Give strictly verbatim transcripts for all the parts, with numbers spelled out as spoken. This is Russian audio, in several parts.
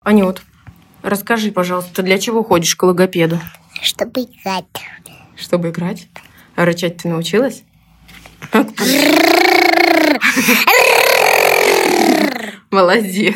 Анют, расскажи, пожалуйста, для чего ходишь к логопеду? Чтобы играть. Чтобы играть? А рычать ты научилась? Молодец.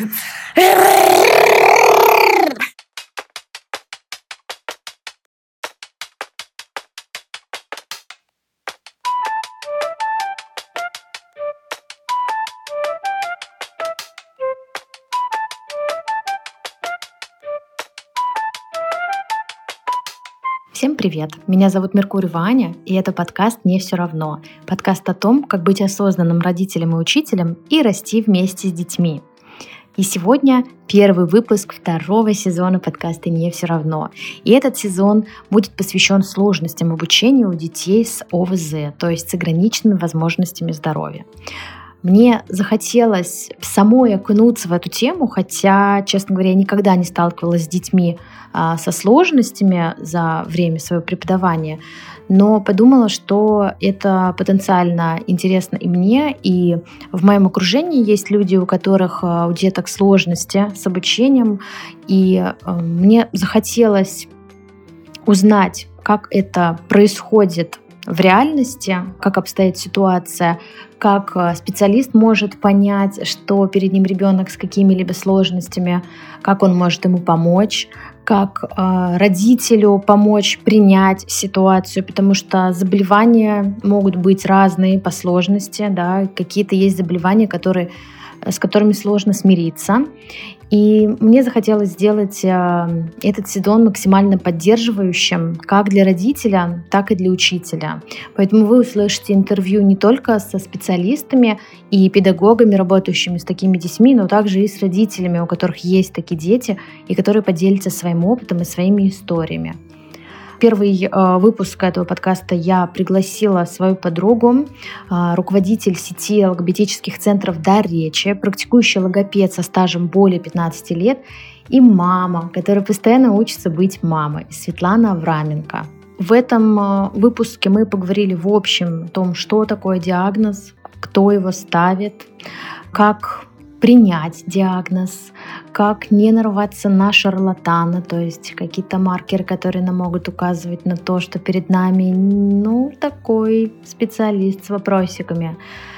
Всем привет! Меня зовут Меркурьева Аня, и это подкаст «Не все равно». Подкаст о том, как быть осознанным родителем и учителем и расти вместе с детьми. И сегодня первый выпуск второго сезона подкаста «Не все равно». И этот сезон будет посвящен сложностям обучения у детей с о вэ зэ, то есть с ограниченными возможностями здоровья. Мне захотелось самой окунуться в эту тему, хотя, честно говоря, я никогда не сталкивалась с детьми а, со сложностями за время своего преподавания, но подумала, что это потенциально интересно и мне, и в моем окружении есть люди, у которых а, у деток сложности с обучением, и а, мне захотелось узнать, как это происходит в реальности, как обстоит ситуация, как специалист может понять, что перед ним ребенок с какими-либо сложностями, как он может ему помочь, как э, родителю помочь принять ситуацию, потому что заболевания могут быть разные по сложности, да, какие-то есть заболевания, которые, с которыми сложно смириться. И мне захотелось сделать э, этот сезон максимально поддерживающим как для родителя, так и для учителя. Поэтому вы услышите интервью не только со специалистами и педагогами, работающими с такими детьми, но также и с родителями, у которых есть такие дети, и которые поделятся своим опытом и своими историями. Первый э, выпуск этого подкаста я пригласила свою подругу, э, руководитель сети логопедических центров «Дар речи», практикующий логопед со стажем более пятнадцати лет, и мама, которая постоянно учится быть мамой, Светлана Авраменко. В этом э, выпуске мы поговорили в общем о том, что такое диагноз, кто его ставит, как принять диагноз, как не нарваться на шарлатана, то есть какие-то маркеры, которые нам могут указывать на то, что перед нами, ну, такой специалист с вопросиками.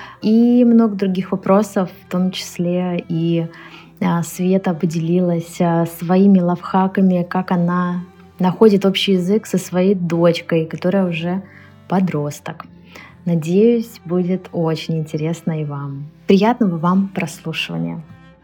И много других вопросов, в том числе и Света поделилась своими лайфхаками, как она находит общий язык со своей дочкой, которая уже подросток. Надеюсь, будет очень интересно и вам. Приятного вам прослушивания.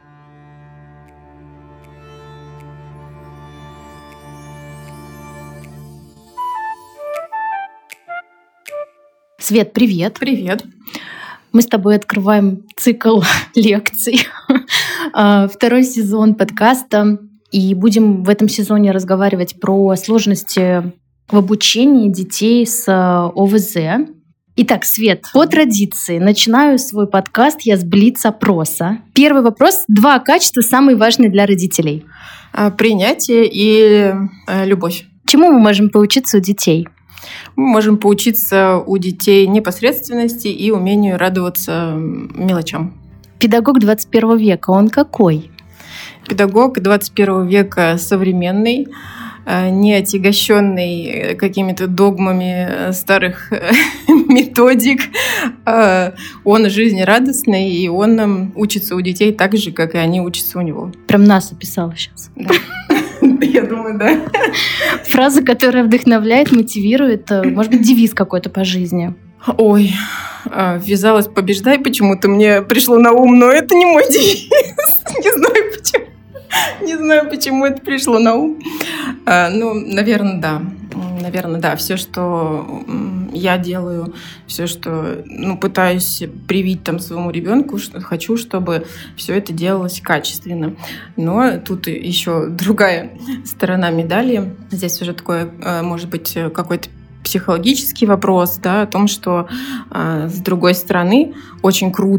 Свет, привет. Привет. Мы с тобой открываем цикл лекций, второй сезон подкаста, и будем в этом сезоне разговаривать про сложности в обучении детей с о вэ зэ. Итак, Свет, по традиции начинаю свой подкаст я с блиц-опроса. Первый вопрос. Два качества самые важные для родителей. Принятие и любовь. Чему мы можем поучиться у детей? Мы можем поучиться у детей непосредственности и умению радоваться мелочам. Педагог двадцать первого века, он какой? Педагог двадцать первого века современный, не отягощенный какими-то догмами старых методик. Он жизнерадостный, и он учится у детей так же, как и они учатся у него. Прям нас описала сейчас. Да. Я думаю, да. Фраза, которая вдохновляет, мотивирует, может быть, девиз какой-то по жизни. Ой, ввязалась «побеждай», почему-то мне пришло на ум, но это не мой девиз. Не знаю почему. Не знаю, почему это пришло на ум. А, ну, наверное, да. Наверное, да. Все, что я делаю, все, что ну, пытаюсь привить там своему ребенку, что хочу, чтобы все это делалось качественно. Но тут еще другая сторона медали. Здесь уже такое, может быть, какой-то психологический вопрос, да, о том, что, с другой стороны, очень круто,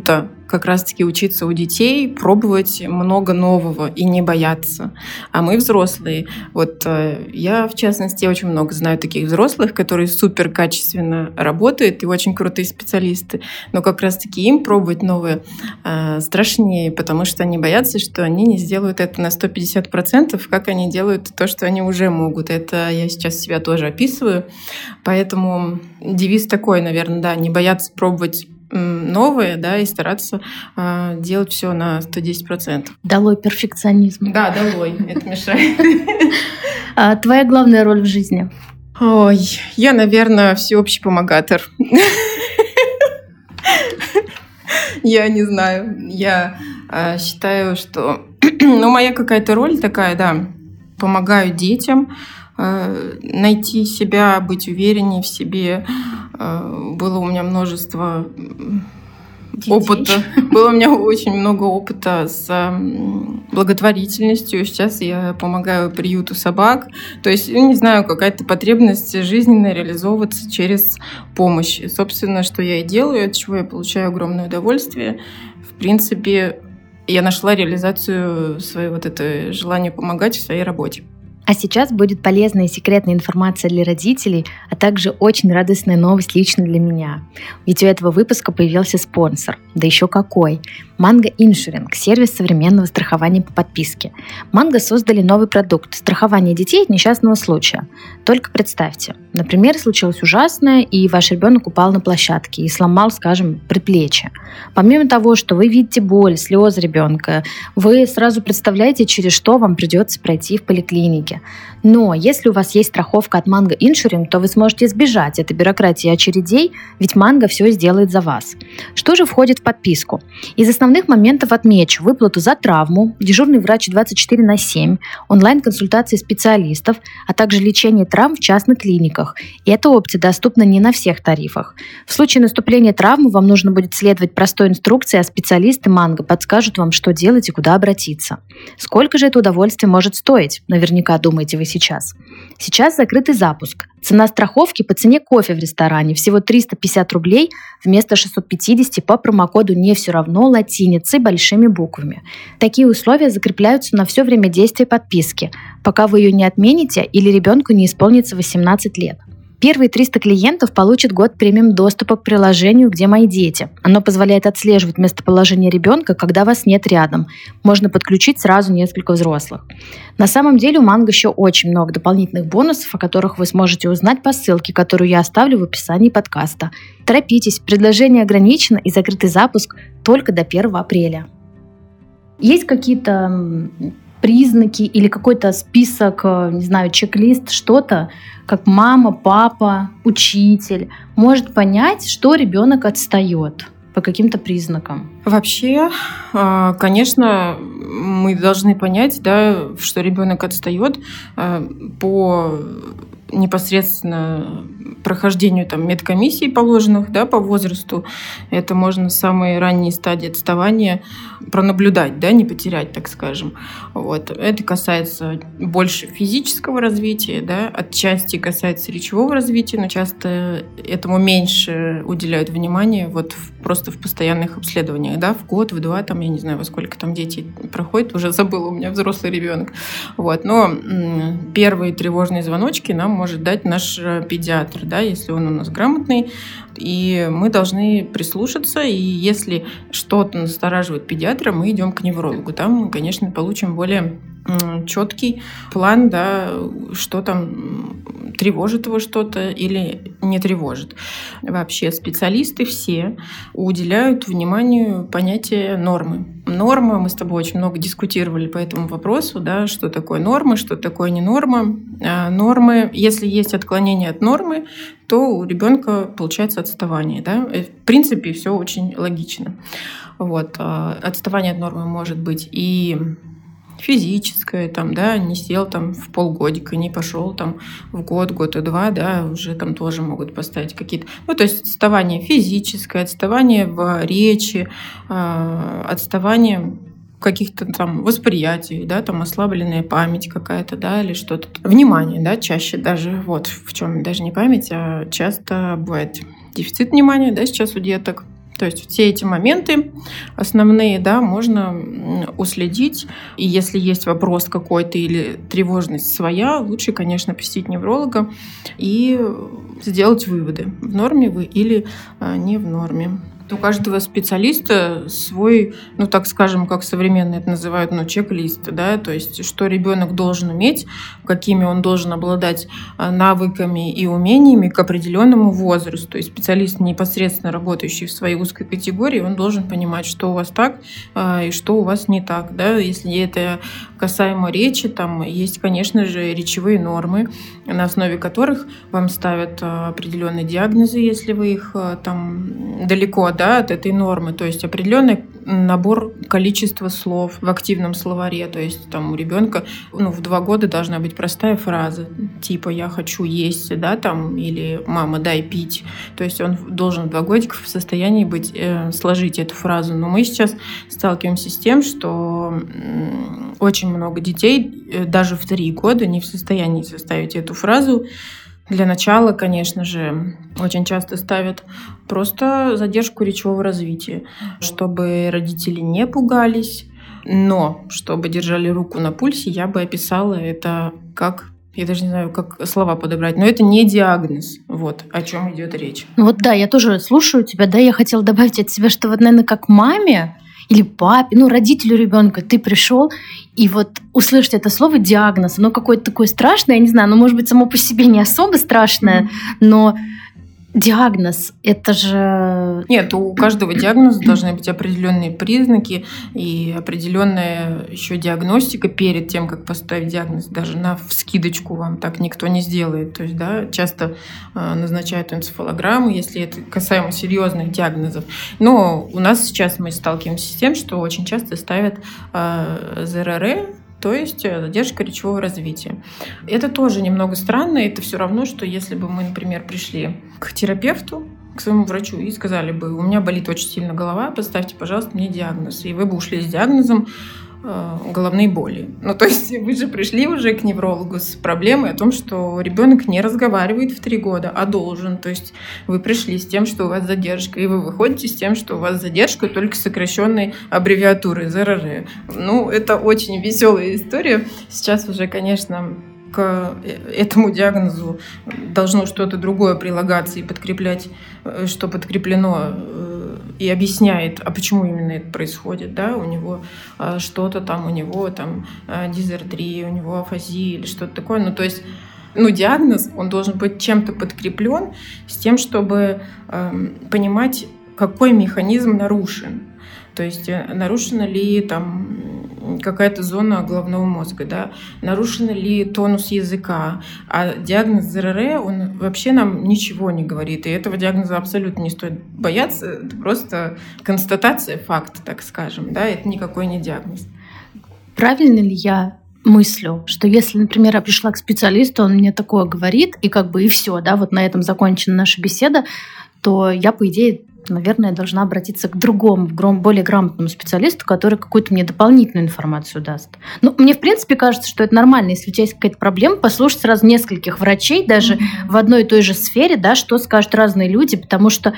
как раз-таки учиться у детей, пробовать много нового и не бояться. А мы взрослые. Вот я, в частности, очень много знаю таких взрослых, которые супер качественно работают и очень крутые специалисты. Но как раз-таки им пробовать новое э, страшнее, потому что они боятся, что они не сделают это на сто пятьдесят процентов, как они делают то, что они уже могут. Это я сейчас себя тоже описываю. Поэтому девиз такой, наверное, да, не бояться пробовать новое, да, и стараться э, делать все на сто десять процентов. Долой перфекционизм. Да, долой. Это мешает. А твоя главная роль в жизни? Ой, я, наверное, всеобщий помогатор. Я не знаю. Я э, считаю, что ну, моя какая-то роль такая, да, помогаю детям э, найти себя, быть увереннее в себе. Э, было у меня множество детей. Опыта. Было у меня очень много опыта с благотворительностью. Сейчас я помогаю приюту собак. То есть, не знаю, какая-то потребность жизненная реализовываться через помощь. И, собственно, что я и делаю, от чего я получаю огромное удовольствие. В принципе, я нашла реализацию своего вот это желания помогать в своей работе. А сейчас будет полезная и секретная информация для родителей, а также очень радостная новость лично для меня. Ведь у этого выпуска появился спонсор. Да еще какой! Mango Insurance – сервис современного страхования по подписке. Mango создали новый продукт – страхование детей от несчастного случая. Только представьте, например, случилось ужасное, и ваш ребенок упал на площадке и сломал, скажем, предплечье. Помимо того, что вы видите боль, слезы ребенка, вы сразу представляете, через что вам придется пройти в поликлинике. Но если у вас есть страховка от Mango Insurance, то вы сможете избежать этой бюрократии и очередей, ведь Mango все сделает за вас. Что же входит в подписку? Из основных моментов отмечу выплату за травму, дежурный врач двадцать четыре на семь, онлайн-консультации специалистов, а также лечение травм в частных клиниках. И эта опция доступна не на всех тарифах. В случае наступления травмы вам нужно будет следовать простой инструкции, а специалисты Mango подскажут вам, что делать и куда обратиться. Сколько же это удовольствие может стоить? Наверняка думаете вы сейчас. Сейчас закрытый запуск. Цена страховки по цене кофе в ресторане всего триста пятьдесят рублей вместо шестьсот пятьдесят по промокоду «Не все равно» латиницей большими буквами. Такие условия закрепляются на все время действия подписки, пока вы ее не отмените или ребенку не исполнится восемнадцать лет. Первые триста клиентов получат год премиум доступа к приложению «Где мои дети?». Оно позволяет отслеживать местоположение ребенка, когда вас нет рядом. Можно подключить сразу несколько взрослых. На самом деле у Mango еще очень много дополнительных бонусов, о которых вы сможете узнать по ссылке, которую я оставлю в описании подкаста. Торопитесь, предложение ограничено и закрытый запуск только до первого апреля. Есть какие-то признаки или какой-то список, не знаю, чек-лист, что-то, как мама, папа, учитель может понять, что ребенок отстает по каким-то признакам? Вообще, конечно, мы должны понять, да, что ребенок отстает по непосредственно прохождению там, медкомиссий положенных, да, по возрасту. Это можно с самой ранней стадии отставания пронаблюдать, да, не потерять, так скажем. Вот. Это касается больше физического развития, да, отчасти касается речевого развития, но часто этому меньше уделяют внимания вот в, просто в постоянных обследованиях, да, в год, в два, там, я не знаю, во сколько там дети проходят, уже забыла, у меня взрослый ребенок. Вот. Но м- первые тревожные звоночки нам может дать наш педиатр, да, если он у нас грамотный, и мы должны прислушаться, и если что-то настораживает педиатра, мы идем к неврологу. Там мы, конечно, получим более четкий план, да, что там тревожит его что-то или не тревожит. Вообще специалисты все уделяют вниманию понятия нормы. Норма, мы с тобой очень много дискутировали по этому вопросу, да, что такое норма, что такое не норма. А нормы, если есть отклонение от нормы, то у ребенка получается отставание. Да? В принципе, все очень логично. Вот. Отставание от нормы может быть и физическое, там, да, не сел там в полгодика, не пошел там в год, год и два, да, уже там тоже могут поставить какие-то, ну, то есть отставание физическое, отставание в речи, э, отставание каких-то там восприятий, да, там ослабленная память какая-то, да, или что-то. Внимание, да, чаще даже, вот в чем даже не память, а часто бывает дефицит внимания, да, сейчас у деток. То есть все эти моменты основные, да, можно уследить. И если есть вопрос какой-то или тревожность своя, лучше, конечно, посетить невролога и сделать выводы, в норме вы или не в норме. У каждого специалиста свой, ну так скажем, как современно это называют, ну, чек-лист, да, то есть что ребенок должен уметь, какими он должен обладать навыками и умениями к определенному возрасту. И специалист, непосредственно работающий в своей узкой категории, он должен понимать, что у вас так и что у вас не так, да. Если это касаемо речи, там есть, конечно же, речевые нормы, на основе которых вам ставят определенные диагнозы, если вы их там далеко, да, от этой нормы, то есть определенный набор количества слов в активном словаре, то есть там у ребенка, ну, в два года должна быть простая фраза, типа «я хочу есть», да, там, или «мама, дай пить», то есть он должен в два годика в состоянии быть, э, сложить эту фразу. Но мы сейчас сталкиваемся с тем, что м, очень много детей э, даже в три года не в состоянии составить эту фразу. Для начала, конечно же, очень часто ставят просто задержку речевого развития, чтобы родители не пугались, но чтобы держали руку на пульсе, я бы описала это как, я даже не знаю, как слова подобрать, но это не диагноз, вот, о чем идет речь. Вот да, я тоже слушаю тебя, да, я хотела добавить от себя, что вот, наверное, как маме или папе, ну, родителю ребенка, ты пришел, и вот услышать это слово «диагноз», оно какое-то такое страшное, я не знаю, оно может быть само по себе не особо страшное, mm-hmm. но диагноз — это же... Нет, у каждого диагноза должны быть определенные признаки и определенная еще диагностика перед тем, как поставить диагноз. Даже на вскидочку вам так никто не сделает. То есть, да, часто э, назначают энцефалограмму, если это касаемо серьезных диагнозов. Но у нас сейчас мы сталкиваемся с тем, что очень часто ставят э, ЗРР, то есть задержка речевого развития. Это тоже немного странно. Это все равно, что если бы мы, например, пришли к терапевту, к своему врачу и сказали бы: у меня болит очень сильно голова, поставьте, пожалуйста, мне диагноз. И вы бы ушли с диагнозом э, головные боли. Ну, то есть вы же пришли уже к неврологу с проблемой о том, что ребенок не разговаривает в три года, а должен. То есть вы пришли с тем, что у вас задержка, и вы выходите с тем, что у вас задержка только сокращенной аббревиатуры ЗРР. Ну, это очень веселая история. Сейчас уже, конечно, к этому диагнозу должно что-то другое прилагаться и подкреплять, что подкреплено и объясняет, а почему именно это происходит, да, у него что-то там, у него там дизартрия, у него афазия или что-то такое, ну, то есть, ну, диагноз, он должен быть чем-то подкреплен с тем, чтобы э, понимать, какой механизм нарушен. То есть нарушена ли там какая-то зона головного мозга, да? Нарушен ли тонус языка. А диагноз ЗРР, он вообще нам ничего не говорит. И этого диагноза абсолютно не стоит бояться. Это просто констатация факта, так скажем. Да? Это никакой не диагноз. Правильно ли я мыслю, что если, например, я пришла к специалисту, он мне такое говорит, и как бы и все, да, вот на этом закончена наша беседа, то я, по идее, наверное, должна обратиться к другому, более грамотному специалисту, который какую-то мне дополнительную информацию даст. Ну, мне, в принципе, кажется, что это нормально, если у тебя есть какая-то проблема, послушать сразу нескольких врачей, даже mm-hmm. в одной и той же сфере, да, что скажут разные люди, потому что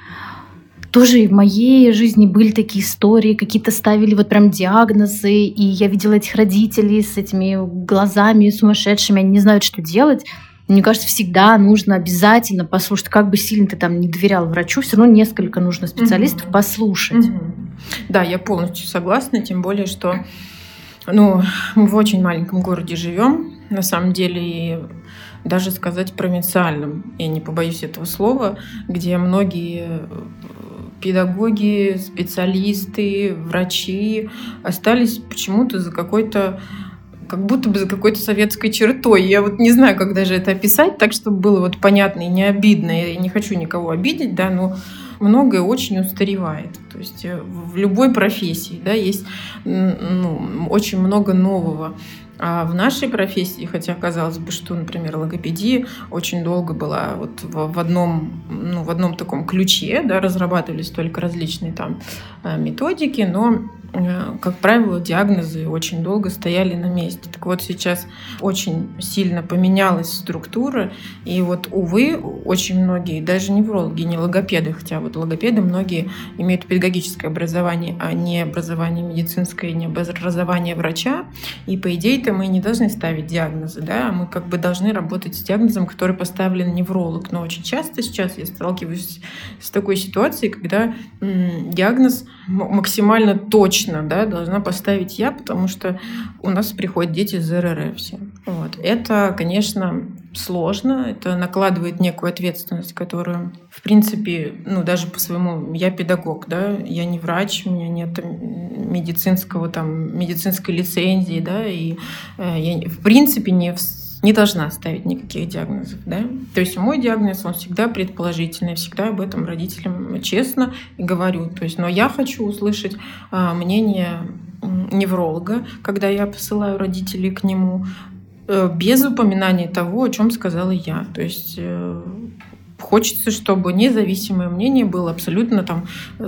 тоже и в моей жизни были такие истории, какие-то ставили вот прям диагнозы, и я видела этих родителей с этими глазами сумасшедшими, они не знают, что делать. Мне кажется, всегда нужно обязательно послушать, как бы сильно ты там не доверял врачу, все равно несколько нужно специалистов mm-hmm. послушать. Mm-hmm. Да, я полностью согласна, тем более, что ну, мы в очень маленьком городе живем, на самом деле, и даже сказать провинциальном, я не побоюсь этого слова, где многие педагоги, специалисты, врачи остались почему-то за какой-то как будто бы за какой-то советской чертой. Я вот не знаю, как даже это описать, так, чтобы было вот понятно и не обидно. Я не хочу никого обидеть, да, но многое очень устаревает. То есть в любой профессии, да, есть ну, очень много нового. А в нашей профессии, хотя казалось бы, что, например, логопедия очень долго была вот в одном, ну, в одном таком ключе, да, разрабатывались только различные там методики, но как правило, диагнозы очень долго стояли на месте. Так вот, сейчас очень сильно поменялась структура, и вот, увы, очень многие, даже неврологи, не логопеды, хотя вот логопеды многие имеют педагогическое образование, а не образование медицинское, не образование врача, и, по идее-то, мы не должны ставить диагнозы, да, мы как бы должны работать с диагнозом, который поставлен невролог. Но очень часто сейчас я сталкиваюсь с такой ситуацией, когда м, диагноз максимально точно, да, должна поставить я, потому что у нас приходят дети с ЗРР все. Вот. Это, конечно, сложно, это накладывает некую ответственность, которую, в принципе, ну, даже по своему, я педагог, да, я не врач, у меня нет медицинского, там, медицинской лицензии, да, и э, я, в принципе, не в не должна ставить никаких диагнозов. Да? То есть мой диагноз, он всегда предположительный, всегда об этом родителям честно говорю. То есть, но я хочу услышать а, мнение невролога, когда я посылаю родителей к нему, без упоминания того, о чем сказала я. То есть хочется, чтобы независимое мнение было абсолютно там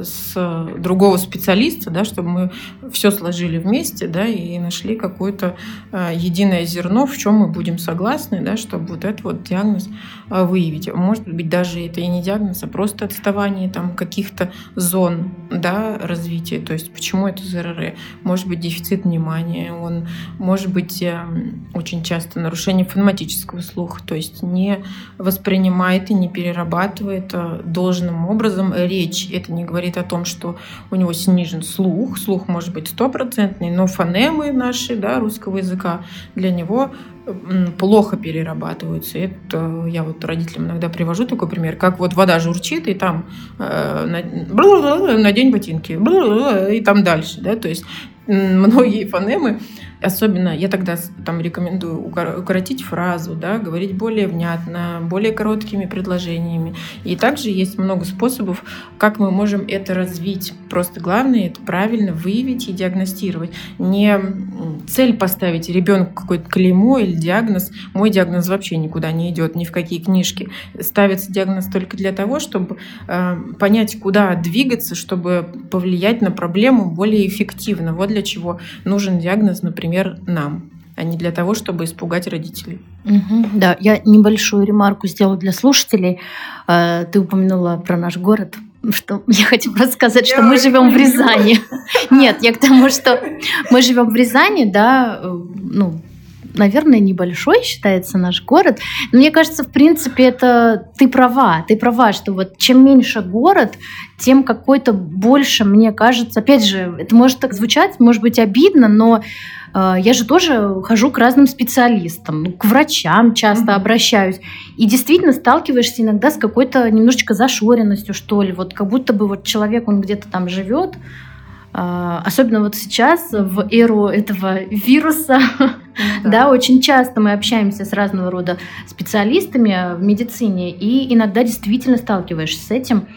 с другого специалиста, да, чтобы мы все сложили вместе, да, и нашли какое-то единое зерно, в чем мы будем согласны, да, чтобы вот этот вот диагноз выявить. Может быть, даже это и не диагноз, а просто отставание там каких-то зон, да, развития. То есть почему это ЗРР? Может быть, дефицит внимания, он может быть очень часто нарушение фонематического слуха, то есть не воспринимает и не переживает перерабатывает должным образом речь. Это не говорит о том, что у него снижен слух. Слух может быть стопроцентный, но фонемы наши, да, русского языка для него плохо перерабатываются. Это я вот родителям иногда привожу такой пример, как вот вода журчит, и там э, надень ботинки, и там дальше. Да? То есть многие фонемы, особенно я тогда там рекомендую укоротить фразу, да, говорить более внятно, более короткими предложениями. И также есть много способов, как мы можем это развить. Просто главное это правильно выявить и диагностировать. Не цель поставить ребенку какое-то клеймо или диагноз. Мой диагноз вообще никуда не идет, ни в какие книжки. Ставится диагноз только для того, чтобы э, понять, куда двигаться, чтобы повлиять на проблему более эффективно. Вот для чего нужен диагноз, например, нам, а не для того, чтобы испугать родителей. Угу, да, я небольшую ремарку сделала для слушателей. Ты упомянула про наш город. Что я хочу просто сказать, что мы живем в Рязани. Нет, я к тому, что мы живем в Рязани, да, ну, наверное, небольшой считается наш город. Но мне кажется, в принципе, это ты права. Ты права, что вот чем меньше город, тем какой-то больше, мне кажется, опять же, это может так звучать, может быть обидно, но э, я же тоже хожу к разным специалистам, к врачам часто mm-hmm. обращаюсь. И действительно сталкиваешься иногда с какой-то немножечко зашоренностью, что ли. Вот как будто бы вот человек, он где-то там живет. Э, особенно вот сейчас, в эру этого вируса, да. да, очень часто мы общаемся с разного рода специалистами в медицине, и иногда действительно сталкиваешься с этим.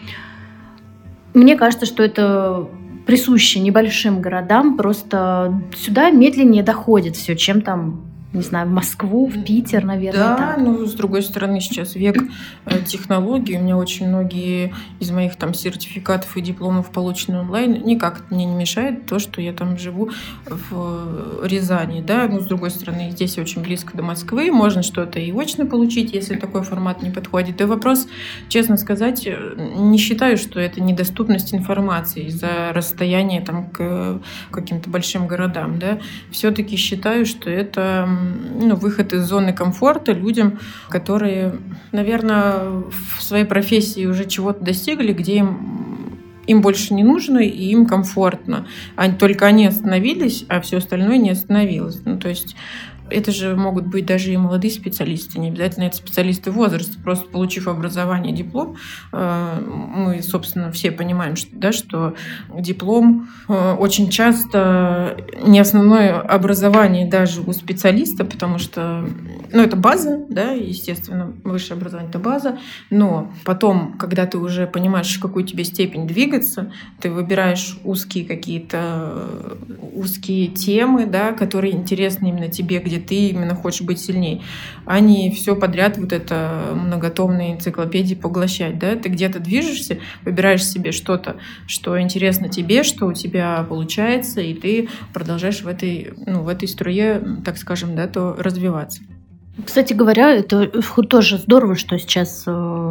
Мне кажется, что это присуще небольшим городам, просто сюда медленнее доходит все, чем там, не знаю, в Москву, в Питер, наверное. Да, так. но с другой стороны сейчас век технологий. У меня очень многие из моих там сертификатов и дипломов получены онлайн. Никак мне не мешает то, что я там живу в Рязани. Да? Но с другой стороны, здесь очень близко до Москвы. Можно что-то и очно получить, если такой формат не подходит. И вопрос, честно сказать, не считаю, что это недоступность информации из-за расстояния там, к каким-то большим городам. Да? Все-таки считаю, что это ну, выход из зоны комфорта людям, которые, наверное, в своей профессии уже чего-то достигли, где им, им больше не нужно и им комфортно. Они, только они остановились, а все остальное не остановилось. Ну, то есть это же могут быть даже и молодые специалисты, не обязательно это специалисты возраста. Просто получив образование, диплом, мы, собственно, все понимаем, что, да, что диплом очень часто не основное образование даже у специалиста, потому что ну, это база, да, естественно, высшее образование – это база, но потом, когда ты уже понимаешь, в какую тебе степень двигаться, ты выбираешь узкие какие-то узкие темы, да, которые интересны именно тебе, где где ты именно хочешь быть сильней, а не все подряд вот это многотомные энциклопедии поглощать. Да? Ты где-то движешься, выбираешь себе что-то, что интересно тебе, что у тебя получается, и ты продолжаешь в этой, ну, в этой струе, так скажем, да, то развиваться. Кстати говоря, это тоже здорово, что сейчас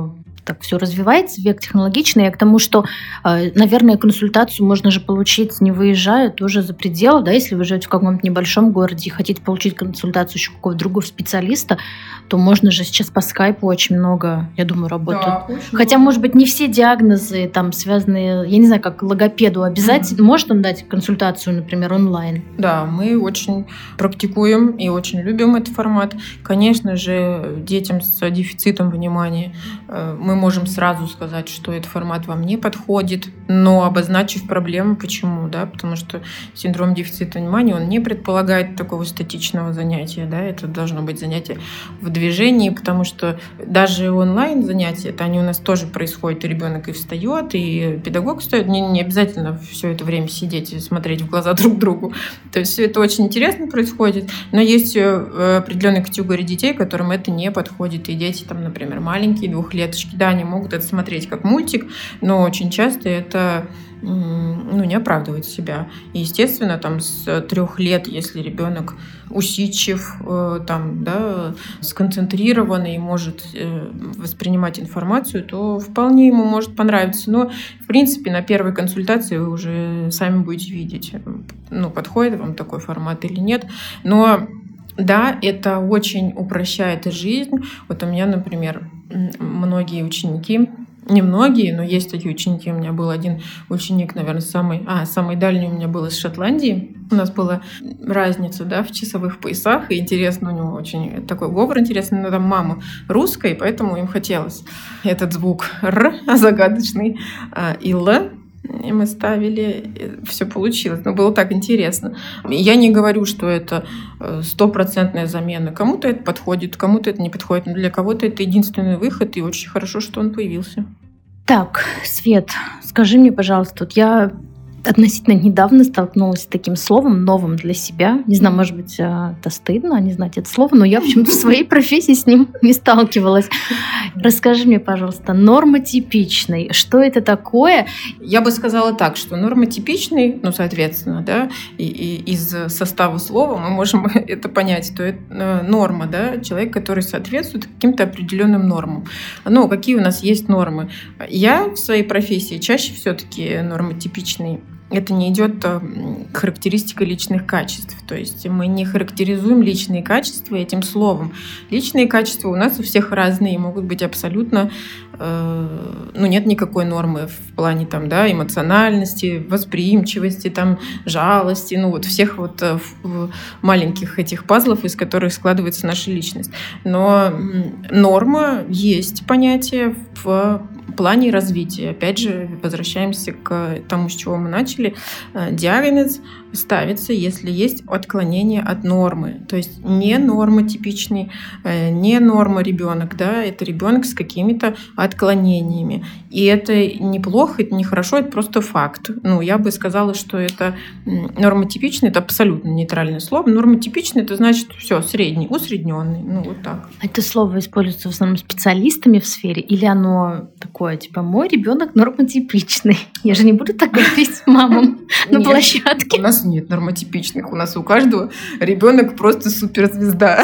так все развивается, век технологичный. Я к тому, что, наверное, консультацию можно же получить, не выезжая тоже за пределы, да, если вы живете в каком-то небольшом городе и хотите получить консультацию еще какого-то другого специалиста, то можно же сейчас по скайпу очень много, я думаю, работают. Да, хотя, может быть, не все диагнозы там связанные, я не знаю, как логопеду обязательно. Mm-hmm. Может он дать консультацию, например, онлайн? Да, мы очень практикуем и очень любим этот формат. Конечно же, детям с дефицитом внимания мы можем сразу сказать, что этот формат вам не подходит, но обозначив проблему, почему, да, потому что синдром дефицита внимания, он не предполагает такого статичного занятия, да, это должно быть занятие в движении, потому что даже онлайн занятия, это они у нас тоже происходят, и ребенок и встает, и педагог встает, не, не обязательно все это время сидеть и смотреть в глаза друг другу, то есть все это очень интересно происходит, но есть определенная категория детей, которым это не подходит, и дети там, например, маленькие, двухлеточки, да, они могут это смотреть как мультик, но очень часто это ну, не оправдывает себя. И, естественно, там с трех лет, если ребенок усидчив, там, да, сконцентрированный и может воспринимать информацию, то вполне ему может понравиться. Но, в принципе, на первой консультации вы уже сами будете видеть, ну, подходит вам такой формат или нет. Но да, это очень упрощает жизнь. Вот у меня, например, многие ученики, не многие, но есть такие ученики. У меня был один ученик, наверное, самый, а, самый дальний у меня был из Шотландии. У нас была разница, да, в часовых поясах, и интересно, у него очень такой говор интересный, но там мама русская, и поэтому им хотелось этот звук «р» загадочный и «л». И мы ставили, все получилось. Но было так интересно. Я не говорю, что это стопроцентная замена. Кому-то это подходит, кому-то это не подходит. Но для кого-то это единственный выход, и очень хорошо, что он появился. Так, Свет, скажи мне, пожалуйста, вот я относительно недавно столкнулась с таким словом, новым для себя. Не знаю, может быть, это стыдно не знать это слово, но я почему-то в своей профессии с ним не сталкивалась. Расскажи мне, пожалуйста, нормотипичный. Что это такое? Я бы сказала так, что нормотипичный, ну, соответственно, да, и, и из состава слова мы можем это понять, то это норма, да, человек, который соответствует каким-то определенным нормам. Ну, какие у нас есть нормы? Я в своей профессии чаще все-таки нормотипичный. Это не идет характеристикой личных качеств. То есть мы не характеризуем личные качества этим словом. Личные качества у нас у всех разные и могут быть абсолютно... Э, ну, нет никакой нормы в плане там, да, эмоциональности, восприимчивости, там, жалости, ну, вот всех вот э, маленьких этих пазлов, из которых складывается наша личность. Но норма есть понятие в плане развития. Опять же, возвращаемся к тому, с чего мы начали. Диагноз ставится, если есть отклонение от нормы. То есть не нормотипичный, не норма ребенок, да, это ребенок с какими-то отклонениями. И это неплохо, это нехорошо, это просто факт. Ну, я бы сказала, что это нормотипичный, это абсолютно нейтральное слово. Нормотипичный — это значит все, средний, усредненный. Ну, вот так. Это слово используется в основном специалистами в сфере, или оно такое, типа, мой ребенок нормотипичный? Я же не буду так говорить с мамам на площадке. У нас нет нормотипичных. У нас у каждого ребенок просто суперзвезда.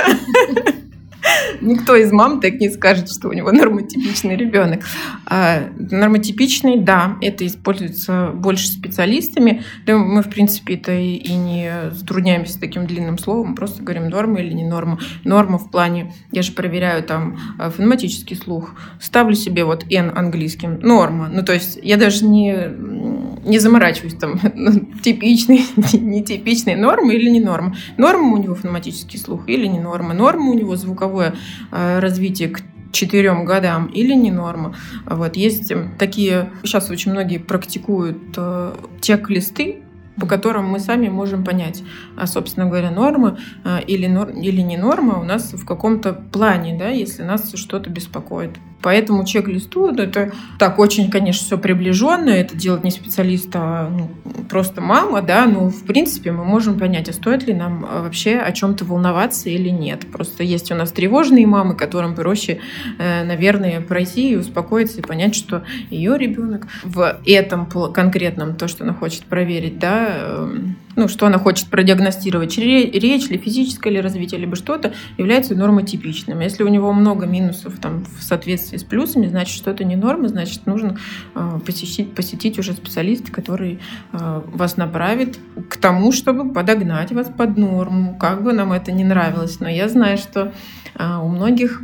Никто из мам так не скажет, что у него нормотипичный ребенок. А нормотипичный, да, это используется больше специалистами. Да, мы, в принципе, это и, и не затрудняемся таким длинным словом, просто говорим норма или не норма. Норма в плане, я же проверяю там фонематический слух, ставлю себе вот N английским, норма. Ну, то есть я даже не, не заморачиваюсь там, типичный, нетипичный, норма или не норма. Норма у него фонематический слух или не норма. Норма у него звуковое развитие к четырем годам или не норма. Вот. Есть такие, сейчас очень многие практикуют э, чек-листы, по которым мы сами можем понять, а, собственно говоря, норма э, или, нор, или не норма у нас в каком-то плане, да, если нас что-то беспокоит. По этому чек-листу это так очень, конечно, все приближенно. Это делает не специалист, а ну, просто мама, да. Но в принципе мы можем понять, а стоит ли нам вообще о чем-то волноваться или нет. Просто есть у нас тревожные мамы, которым проще, наверное, пройти и успокоиться и понять, что ее ребенок в этом конкретном, то, что она хочет проверить, да, ну, что она хочет продиагностировать, речь ли, физическое ли развитие, либо что-то, является нормотипичным. Если у него много минусов там, в соответствии с плюсами, значит, что-то не норма, значит, нужно э, посетить, посетить уже специалиста, который э, вас направит к тому, чтобы подогнать вас под норму, как бы нам это ни нравилось. Но я знаю, что э, у многих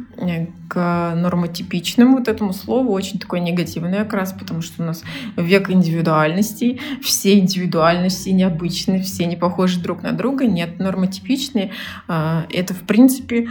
к нормотипичному вот этому слову очень такой негативный окрас, потому что у нас век индивидуальностей, все индивидуальны, все необычные, все не похожи друг на друга, нет, нормотипичные. Это, в принципе,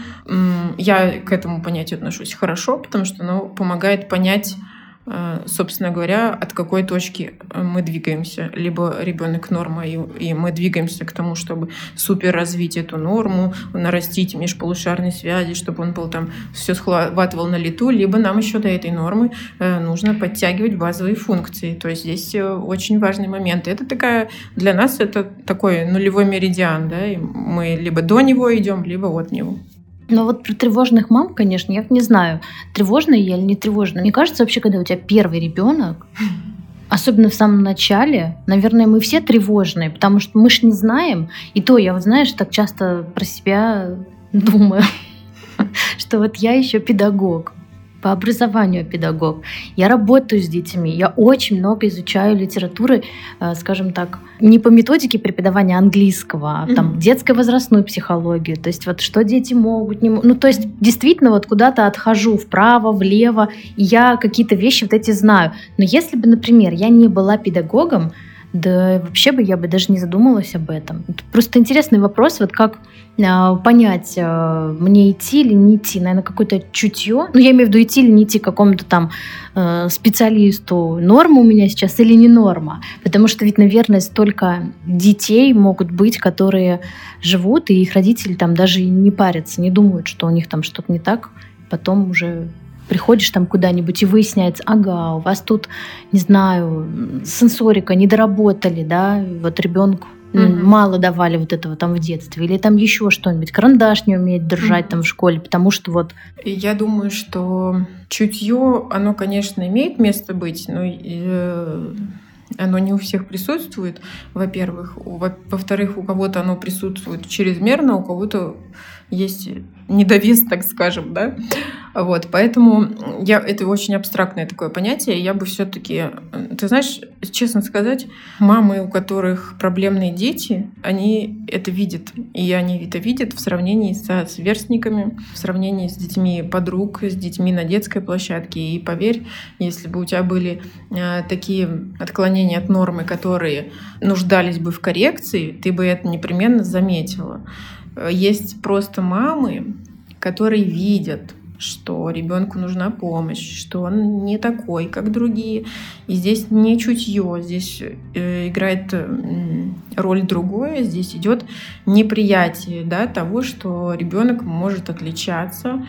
я к этому понятию отношусь хорошо, потому что оно помогает понять, собственно говоря, от какой точки мы двигаемся. Либо ребенок норма, и мы двигаемся к тому, чтобы супер развить эту норму, нарастить межполушарные связи, чтобы он был там, все схватывал на лету, либо нам еще до этой нормы нужно подтягивать базовые функции. То есть здесь очень важный момент. Это такая, для нас это такой нулевой меридиан, да, и мы либо до него идем, либо от него. Но вот про тревожных мам, конечно, я не знаю, тревожная я или не тревожная. Мне кажется, вообще, когда у тебя первый ребенок, особенно в самом начале, наверное, мы все тревожные, потому что мы ж не знаем. И то я, вот знаешь, так часто про себя думаю, что вот я еще педагог. По образованию педагог. Я работаю с детьми, я очень много изучаю литературы, скажем так, не по методике преподавания английского, а там mm-hmm. детской возрастной психологию. То есть вот что дети могут, не могут. Ну, то есть действительно вот куда-то отхожу вправо, влево, и я какие-то вещи вот эти знаю. Но если бы, например, я не была педагогом, да вообще бы я бы даже не задумалась об этом. Это просто интересный вопрос, вот как э, понять, э, мне идти или не идти. Наверное, какое-то чутье. Ну, я имею в виду идти или не идти к какому-то там э, специалисту. Норма у меня сейчас или не норма? Потому что ведь, наверное, столько детей могут быть, которые живут, и их родители там даже не парятся, не думают, что у них там что-то не так. Потом уже... Приходишь там куда-нибудь и выясняется, ага, у вас тут, не знаю, сенсорика не доработали, да, вот ребенку mm-hmm. мало давали вот этого там в детстве, или там еще что-нибудь, карандаш не умеет держать mm-hmm. там в школе, потому что вот... Я думаю, что чутье, оно, конечно, имеет место быть, но... Оно не у всех присутствует, во-первых. Во-вторых, у кого-то оно присутствует чрезмерно, у кого-то есть недовес, так скажем, да. Вот, поэтому я, это очень абстрактное такое понятие. Я бы все-таки, ты знаешь, честно сказать, мамы, у которых проблемные дети, они это видят. И они это видят в сравнении со сверстниками, в сравнении с детьми подруг, с детьми на детской площадке. И поверь, если бы у тебя были э, такие отклонения от нормы, которые нуждались бы в коррекции, ты бы это непременно заметила. Есть просто мамы, которые видят, что ребенку нужна помощь, что он не такой, как другие. И здесь не чутье, здесь э, играет э, роль другое, здесь идет неприятие, да, того, что ребенок может отличаться.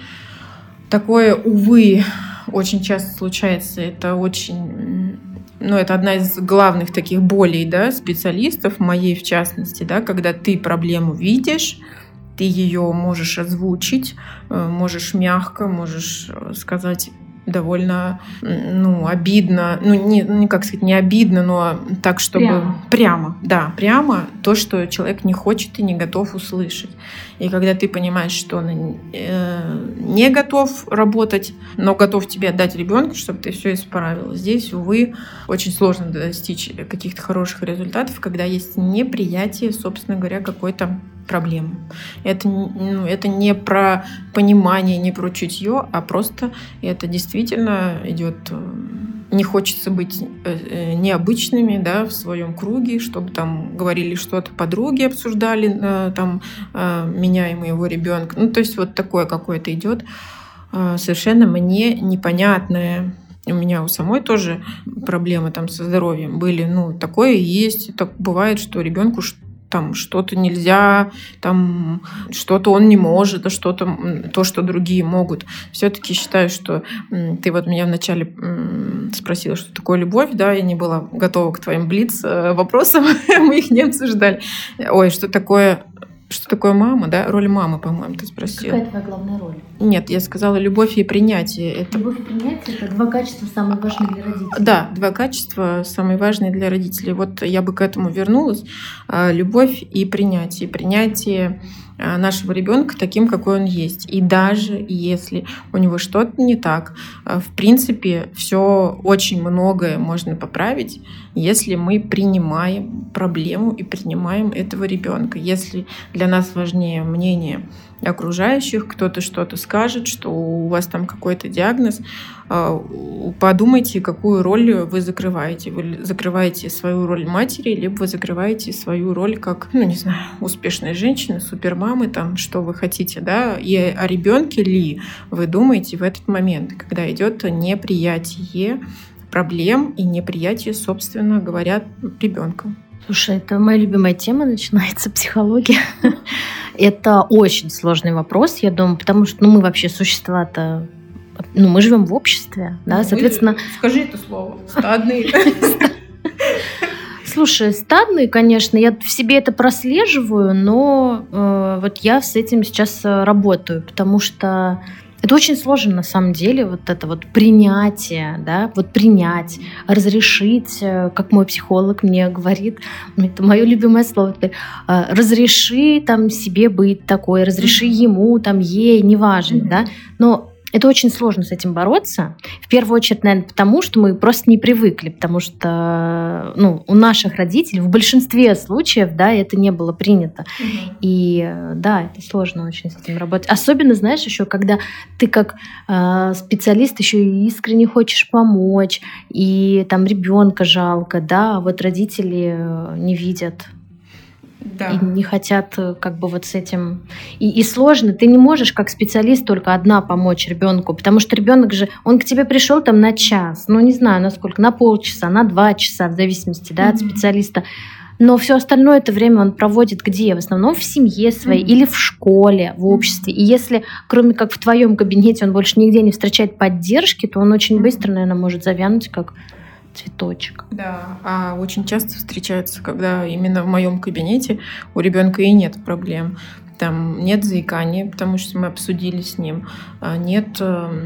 Такое, увы, очень часто случается. Это очень, ну, это одна из главных таких болей, да, специалистов, моей в частности, да, когда ты проблему видишь, ты ее можешь озвучить, можешь мягко, можешь сказать довольно, ну, обидно, ну, не, не как сказать, не обидно, но так, чтобы прямо. прямо, да, прямо то, что человек не хочет и не готов услышать. И когда ты понимаешь, что он э, не готов работать, но готов тебе отдать ребенку, чтобы ты все исправил. Здесь, увы, очень сложно достичь каких-то хороших результатов, когда есть неприятие, собственно говоря, какой-то проблемы. Это, ну, это не про понимание, не про чутье, а просто это действительно идет. Не хочется быть необычными, да, в своем круге, чтобы там говорили что-то, подруги обсуждали там меня и моего ребенка. Ну, то есть вот такое какое-то идет совершенно мне непонятное. У меня у самой тоже проблемы там со здоровьем были. Ну, такое есть. Так бывает, что ребенку там что-то нельзя, там что-то он не может, а что-то то, что другие могут. Все-таки считаю, что ты вот меня вначале спросила, что такое любовь, да, я не была готова к твоим блиц вопросам, мы их не обсуждали. Ой, что такое... Что такое мама, да? Роль мамы, по-моему, ты спросила. Какая твоя главная роль? Нет, я сказала любовь и принятие. Это... Любовь и принятие — это два качества самые важные для родителей. Да, два качества самые важные для родителей. Вот я бы к этому вернулась. Любовь и принятие. Принятие нашего ребенка таким, какой он есть. И даже если у него что-то не так, в принципе, все очень многое можно поправить, если мы принимаем проблему и принимаем этого ребенка. Если для нас важнее мнение окружающих, кто-то что-то скажет, что у вас там какой-то диагноз, подумайте, какую роль вы закрываете. Вы закрываете свою роль матери, либо вы закрываете свою роль как, ну, не знаю, успешной женщины, супермамы, там, что вы хотите, да, и о ребенке ли вы думаете в этот момент, когда идет неприятие проблем и неприятие, собственно говоря, ребенка. Слушай, это моя любимая тема, начинается психология. Это очень сложный вопрос, я думаю, потому что ну, мы вообще существа-то, ну, мы живем в обществе, да, ну, соответственно... Скажи это слово. Стадные. Слушай, стадные, конечно, я в себе это прослеживаю, но э, вот я с этим сейчас работаю, потому что это очень сложно на самом деле, вот это вот принятие, да, вот принять, разрешить, как мой психолог мне говорит, это мое любимое слово, разреши там себе быть такой, разреши ему, там, ей, неважно, да, но это очень сложно с этим бороться. В первую очередь, наверное, потому что мы просто не привыкли, потому что ну, у наших родителей в большинстве случаев да, это не было принято. Mm-hmm. И да, это сложно очень с этим работать. Особенно, знаешь, еще когда ты как э, специалист еще и искренне хочешь помочь, и там ребенка жалко, да, а вот родители не видят. Да. И не хотят как бы вот с этим. И, и сложно. Ты не можешь как специалист только одна помочь ребенку, потому что ребенок же, он к тебе пришел там на час, ну не знаю, на сколько, на полчаса, на два часа, в зависимости да, mm-hmm. от специалиста. Но все остальное это время он проводит где? В основном в семье своей mm-hmm. или в школе, в обществе. И если, кроме как в твоем кабинете, он больше нигде не встречает поддержки, то он очень mm-hmm. быстро, наверное, может завянуть как цветочек. Да, а очень часто встречается, когда именно в моем кабинете у ребенка и нет проблем. Там нет заикания, потому что мы обсудили с ним. Нет,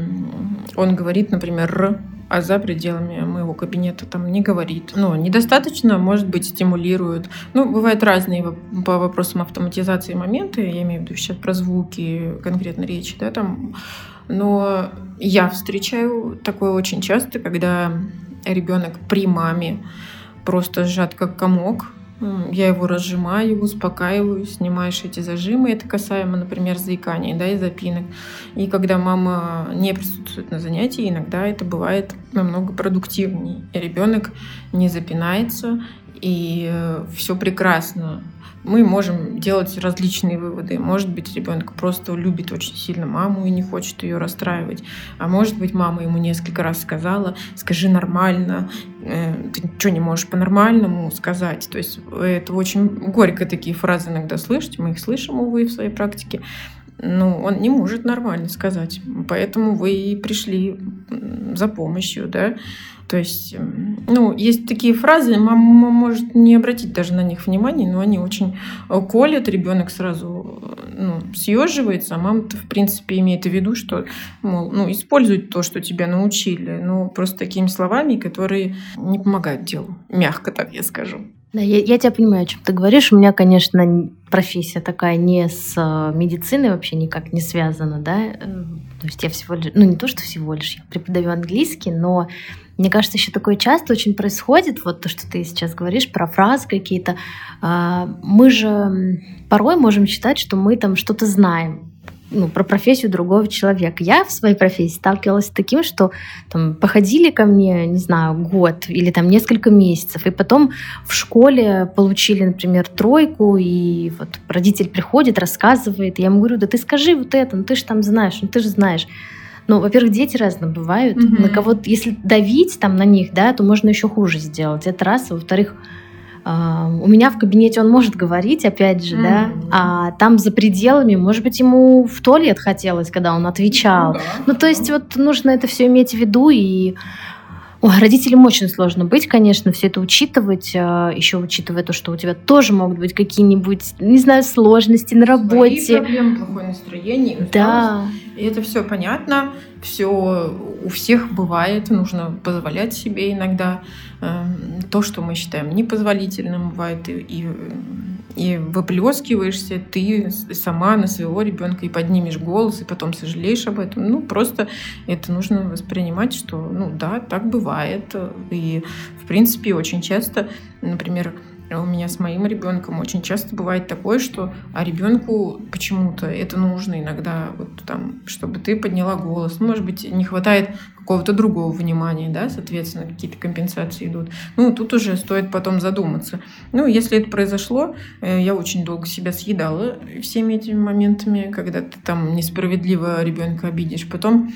он говорит, например, «р», а за пределами моего кабинета там не говорит. Ну, недостаточно, может быть, стимулирует. Ну, бывают разные по вопросам автоматизации моменты, я имею в виду сейчас про звуки, конкретно речи, да, там. Но я встречаю такое очень часто, когда ребенок при маме просто сжат как комок. Я его разжимаю, успокаиваю, снимаешь эти зажимы. Это касаемо, например, заикания, да, и запинок. И когда мама не присутствует на занятии, иногда это бывает намного продуктивнее. И ребенок не запинается, и все прекрасно. Мы можем делать различные выводы. Может быть, ребенок просто любит очень сильно маму и не хочет ее расстраивать. А может быть, мама ему несколько раз сказала: скажи нормально, ты что, не можешь по-нормальному сказать? То есть это очень горько такие фразы иногда слышать. Мы их слышим, увы, в своей практике. Но он не может нормально сказать. Поэтому вы и пришли за помощью, да? То есть, ну, есть такие фразы, мама может не обратить даже на них внимания, но они очень колят, ребенок сразу ну, съеживается, а мама-то, в принципе, имеет в виду, что, мол, ну, используй то, что тебя научили, но просто такими словами, которые не помогают делу. Мягко так я скажу. Да, я, я тебя понимаю, о чем ты говоришь. У меня, конечно, профессия такая не с медициной вообще никак не связана, да. То есть я всего лишь, ну не то, что всего лишь, я преподаю английский, но мне кажется, еще такое часто очень происходит, вот то, что ты сейчас говоришь, про фразы какие-то. Мы же порой можем считать, что мы там что-то знаем. Ну, про профессию другого человека. Я в своей профессии сталкивалась с таким, что там, походили ко мне, не знаю, год или там несколько месяцев, и потом в школе получили, например, тройку, и вот родитель приходит, рассказывает, и я ему говорю: да ты скажи вот это, ну ты же там знаешь, ну ты же знаешь. Ну, во-первых, дети разные бывают. Mm-hmm. На кого-то, если давить там на них, да, то можно еще хуже сделать. Это раз. А во-вторых, У меня в кабинете он может говорить, опять же, mm-hmm. да, а там за пределами, может быть, ему в туалет хотелось, когда он отвечал. Mm-hmm. Ну, то есть вот нужно это все иметь в виду, и Ой, родителям очень сложно быть, конечно, все это учитывать, еще учитывая то, что у тебя тоже могут быть какие-нибудь, не знаю, сложности на работе. Свои проблемы, плохое настроение, усталость. Да. И это все понятно, все у всех бывает, нужно позволять себе иногда то, что мы считаем непозволительным, бывает, и, и, и выплескиваешься ты сама на своего ребенка и поднимешь голос, и потом сожалеешь об этом. Ну, просто это нужно воспринимать, что, ну да, так бывает. И, в принципе, очень часто, например, у меня с моим ребенком очень часто бывает такое, что а ребенку почему-то это нужно иногда, вот там, чтобы ты подняла голос. Ну, может быть, не хватает какого-то другого внимания, да, соответственно, какие-то компенсации идут. Ну, тут уже стоит потом задуматься. Ну, если это произошло, я очень долго себя съедала всеми этими моментами, когда ты там несправедливо ребенка обидишь. Потом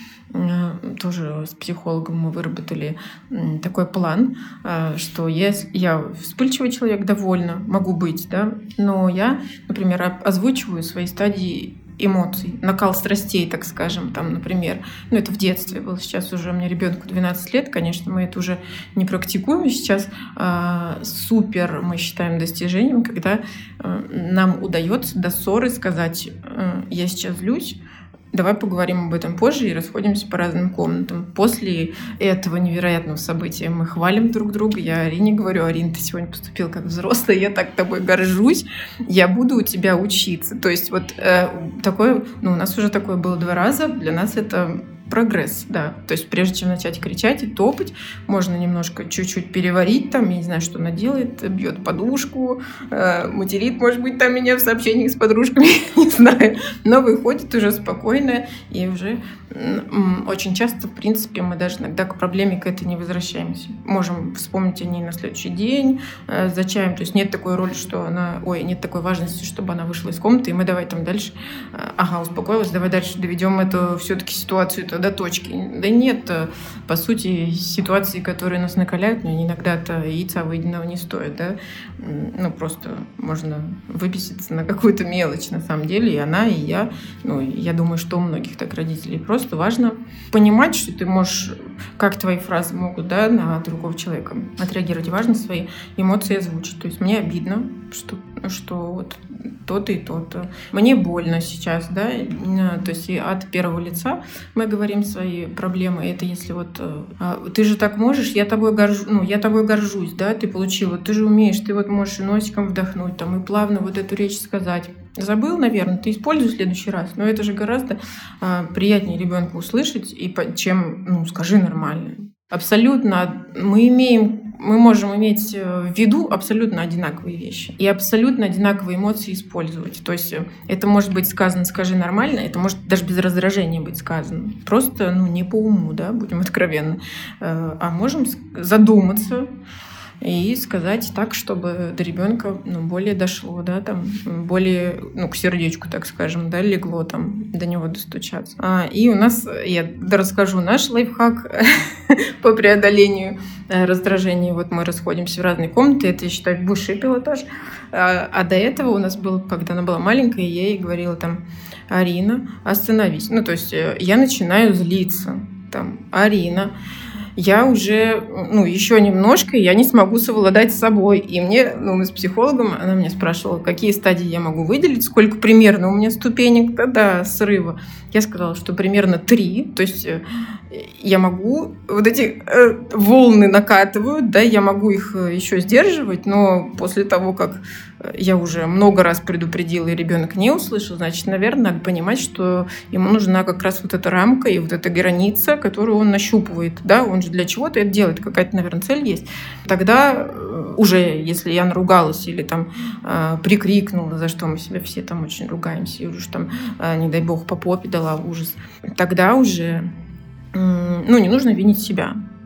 тоже с психологом мы выработали такой план, что если я вспыльчивый человек, довольна, могу быть, да, но я, например, озвучиваю свои стадии эмоций, накал страстей, так скажем, там, например, ну, это в детстве было, сейчас уже у меня ребенку двенадцать лет, конечно, мы это уже не практикуем сейчас, а, супер, мы считаем достижением, когда а, нам удается до ссоры сказать, а, я сейчас злюсь, давай поговорим об этом позже и расходимся по разным комнатам. После этого невероятного события мы хвалим друг друга. Я Арине говорю: Арин, ты сегодня поступил как взрослый, я так тобой горжусь, я буду у тебя учиться. То есть вот э, такое, ну, у нас уже такое было два раза, для нас это прогресс, да. То есть прежде чем начать кричать и топать, можно немножко чуть-чуть переварить, там, я не знаю, что она делает, бьет подушку, э, материт, может быть, там меня в сообщениях с подружками, не знаю, но выходит уже спокойно, и уже м- очень часто, в принципе, мы даже иногда к проблеме к этой не возвращаемся. Можем вспомнить о ней на следующий день, э, за чаем, то есть нет такой роли, что она, ой, нет такой важности, чтобы она вышла из комнаты, и мы давай там дальше, э, ага, успокоилась, давай дальше доведем эту все-таки ситуацию до точки. Да нет, по сути, ситуации, которые нас накаляют, но иногда-то яйца выеденного не стоят, да. Ну, просто можно выписаться на какую-то мелочь, на самом деле, и она, и я. Ну, я думаю, что у многих так родителей. Просто важно понимать, что ты можешь, как твои фразы могут, да, на другого человека отреагировать. Важно свои эмоции озвучить. То есть мне обидно, что, что вот то-то и то-то. Мне больно сейчас, да, то есть и от первого лица мы говорим свои проблемы. Это если вот ты же так можешь, я тобой горжусь, ну, я тобой горжусь, да, ты получила, ты же умеешь, ты вот можешь и носиком вдохнуть, там, и плавно вот эту речь сказать. Забыл, наверное, ты используй в следующий раз, но это же гораздо а, приятнее ребенку услышать, и, чем, ну, скажи нормально. Абсолютно мы имеем, мы можем иметь в виду абсолютно одинаковые вещи и абсолютно одинаковые эмоции использовать. То есть это может быть сказано «скажи нормально», это может даже без раздражения быть сказано. Просто, ну, не по уму, да, будем откровенны. А можем задуматься и сказать так, чтобы до ребенка, ну, более дошло, да, там, более, ну, к сердечку, так скажем, да, легло там, до него достучаться. А, и у нас, я расскажу наш лайфхак по преодолению раздражения. Вот мы расходимся в разные комнаты, это, я считаю, высший пилотаж. А, а до этого у нас был, когда она была маленькая, я ей говорила там: Арина, остановись. Ну, то есть я начинаю злиться. Там, Арина, я уже, ну, еще немножко, и я не смогу совладать с собой. И мне, ну, мы с психологом, она меня спрашивала, какие стадии я могу выделить, сколько примерно у меня ступенек, да, до срыва. Я сказала, что примерно три, то есть я могу, вот эти э, волны накатывают, да, я могу их еще сдерживать, но после того, как я уже много раз предупредила, и ребенок не услышал, значит, наверное, надо понимать, что ему нужна как раз вот эта рамка и вот эта граница, которую он нащупывает, да, он же для чего-то это делает, какая-то, наверное, цель есть. Тогда уже, если я наругалась или там э, прикрикнула, за что мы себя все там очень ругаемся, и уже там, э, не дай бог, по попе дала ужас, тогда уже, э, ну, не нужно винить себя.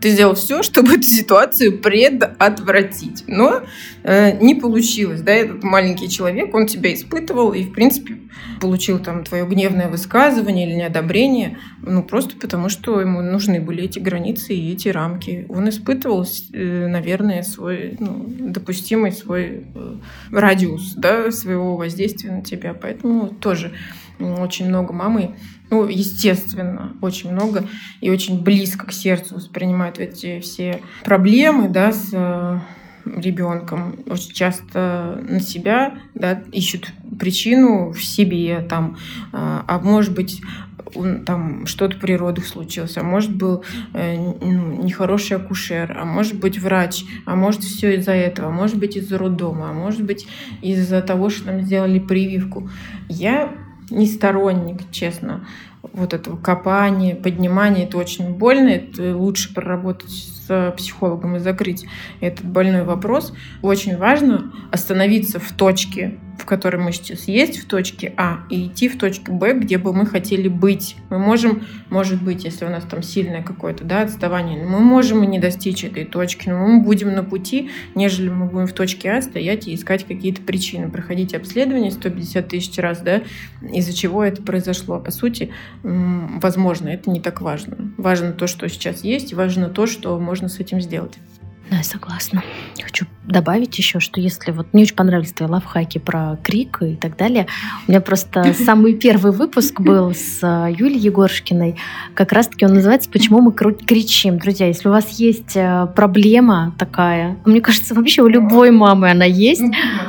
Ты сделал все, чтобы эту ситуацию предотвратить. Но э, не получилось. Да? Этот маленький человек, он тебя испытывал и, в принципе, получил там твое гневное высказывание или неодобрение, ну, просто потому, что ему нужны были эти границы и эти рамки. Он испытывал, э, наверное, свой ну, допустимый свой э, радиус, да, своего воздействия на тебя. Поэтому тоже очень много мамы, ну, естественно, очень много и очень близко к сердцу воспринимают эти все проблемы, да, с э, ребенком. Очень часто на себя, да, ищут причину в себе, там, э, а может быть, там что-то при родах случилось, а может был э, ну, нехороший акушер, а может быть врач, а может все из-за этого, а может быть из-за роддома, а может быть из-за того, что нам сделали прививку. Я не сторонник, честно, вот этого копания, поднимания. Это очень больно, это лучше проработать с психологом и закрыть этот больной вопрос. Очень важно остановиться в точке, в которой мы сейчас есть, в точке А, и идти в точку Б, где бы мы хотели быть. Мы можем, может быть, если у нас там сильное какое-то, да, отставание, мы можем и не достичь этой точки, но мы будем на пути, нежели мы будем в точке А стоять и искать какие-то причины, проходить обследование сто пятьдесят тысяч раз, да, из-за чего это произошло. По сути, возможно, это не так важно. Важно то, что сейчас есть, и важно то, что можно с этим сделать. Да, я согласна. Хочу добавить еще, что если вот мне очень понравились твои лайфхаки про крик и так далее. У меня просто самый первый выпуск был с Юлией Егоршкиной. Как раз-таки он называется «Почему мы кричим». Друзья, если у вас есть проблема такая, мне кажется, вообще у любой мамы она есть.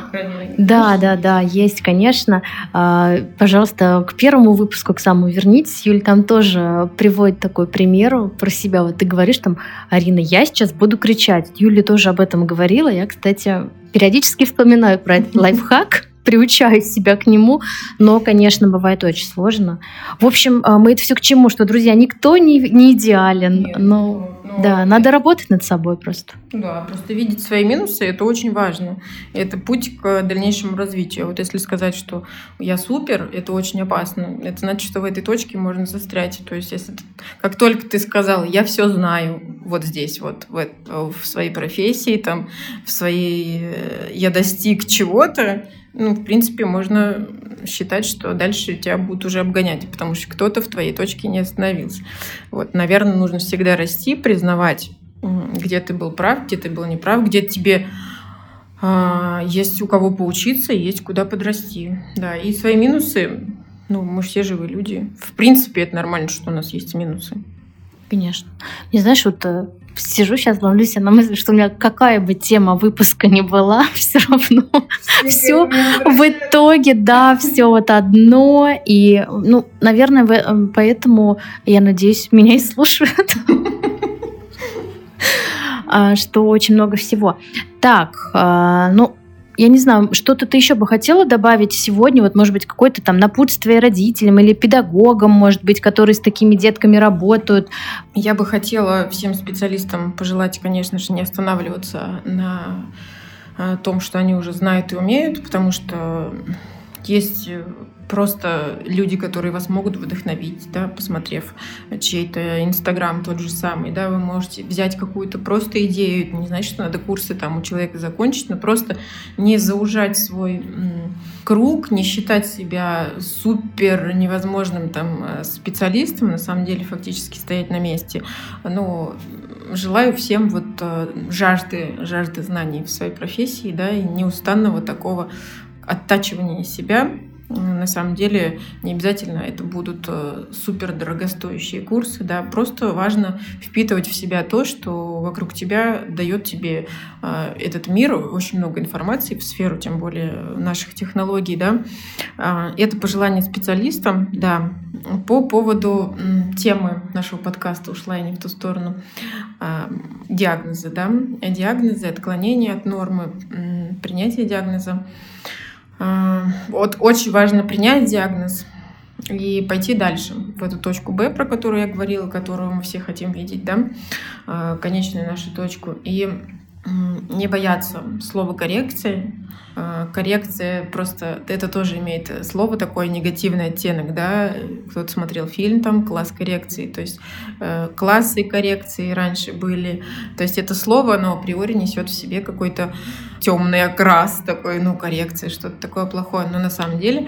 Да, да, да, есть, конечно. Пожалуйста, к первому выпуску, к самому вернитесь. Юля там тоже приводит такой пример про себя. Вот ты говоришь там: Арина, я сейчас буду кричать. Юля тоже об этом говорила. Я, кстати, периодически вспоминаю про этот лайфхак, приучаю себя к нему, но, конечно, бывает очень сложно. В общем, мы это все к чему? Что, друзья, никто не, не идеален, Нет, но, но да, надо работать над собой просто. Да, просто видеть свои минусы — это очень важно. Это путь к дальнейшему развитию. Вот если сказать, что я супер, это очень опасно. Это значит, что в этой точке можно застрять. То есть, если ты, как только ты сказал, я все знаю вот здесь, вот в, в своей профессии, там, в своей, я достиг чего-то, ну, в принципе, можно считать, что дальше тебя будут уже обгонять, потому что кто-то в твоей точке не остановился. Вот, наверное, нужно всегда расти, признавать, где ты был прав, где ты был неправ, где тебе э, есть у кого поучиться, есть куда подрасти. Да, и свои минусы, ну, мы все живые люди. В принципе, это нормально, что у нас есть минусы. Конечно. Не знаешь, вот сижу сейчас, ловлю себя на мысли, что у меня какая бы тема выпуска ни была, все равно все в итоге, да, все вот одно. И, ну, наверное, поэтому, я надеюсь, меня и слушают, что очень много всего. Так, ну, я не знаю, что-то ты еще бы хотела добавить сегодня? Вот, может быть, какое-то там напутствие родителям или педагогам, может быть, которые с такими детками работают. Я бы хотела всем специалистам пожелать, конечно же, не останавливаться на том, что они уже знают и умеют, потому что есть просто люди, которые вас могут вдохновить, да, посмотрев чей-то Инстаграм тот же самый, да, вы можете взять какую-то просто идею, это не значит, что надо курсы там у человека закончить, но просто не заужать свой м, круг, не считать себя супер невозможным там специалистом, на самом деле фактически стоять на месте. Но желаю всем вот жажды, жажды знаний в своей профессии, да, и неустанного такого оттачивания себя. На самом деле не обязательно это будут супер дорогостоящие курсы, да, просто важно впитывать в себя то, что вокруг тебя дает тебе э, этот мир, очень много информации в сферу, тем более наших технологий, да. Э, это пожелание специалистам, да. По поводу м, темы нашего подкаста «Ушла я не в ту сторону», э, диагнозы, да, диагнозы, отклонения от нормы, м, принятие диагноза. Вот очень важно принять диагноз и пойти дальше, в эту точку Б, про которую я говорила, которую мы все хотим видеть, да, конечную нашу точку. И не бояться слова коррекции. Коррекция просто, это тоже имеет слово такой негативный оттенок, да, кто-то смотрел фильм, там, класс коррекции, то есть классы коррекции раньше были, то есть это слово, оно априори несет в себе какой-то темный окрас такой, ну, коррекция, что-то такое плохое, но на самом деле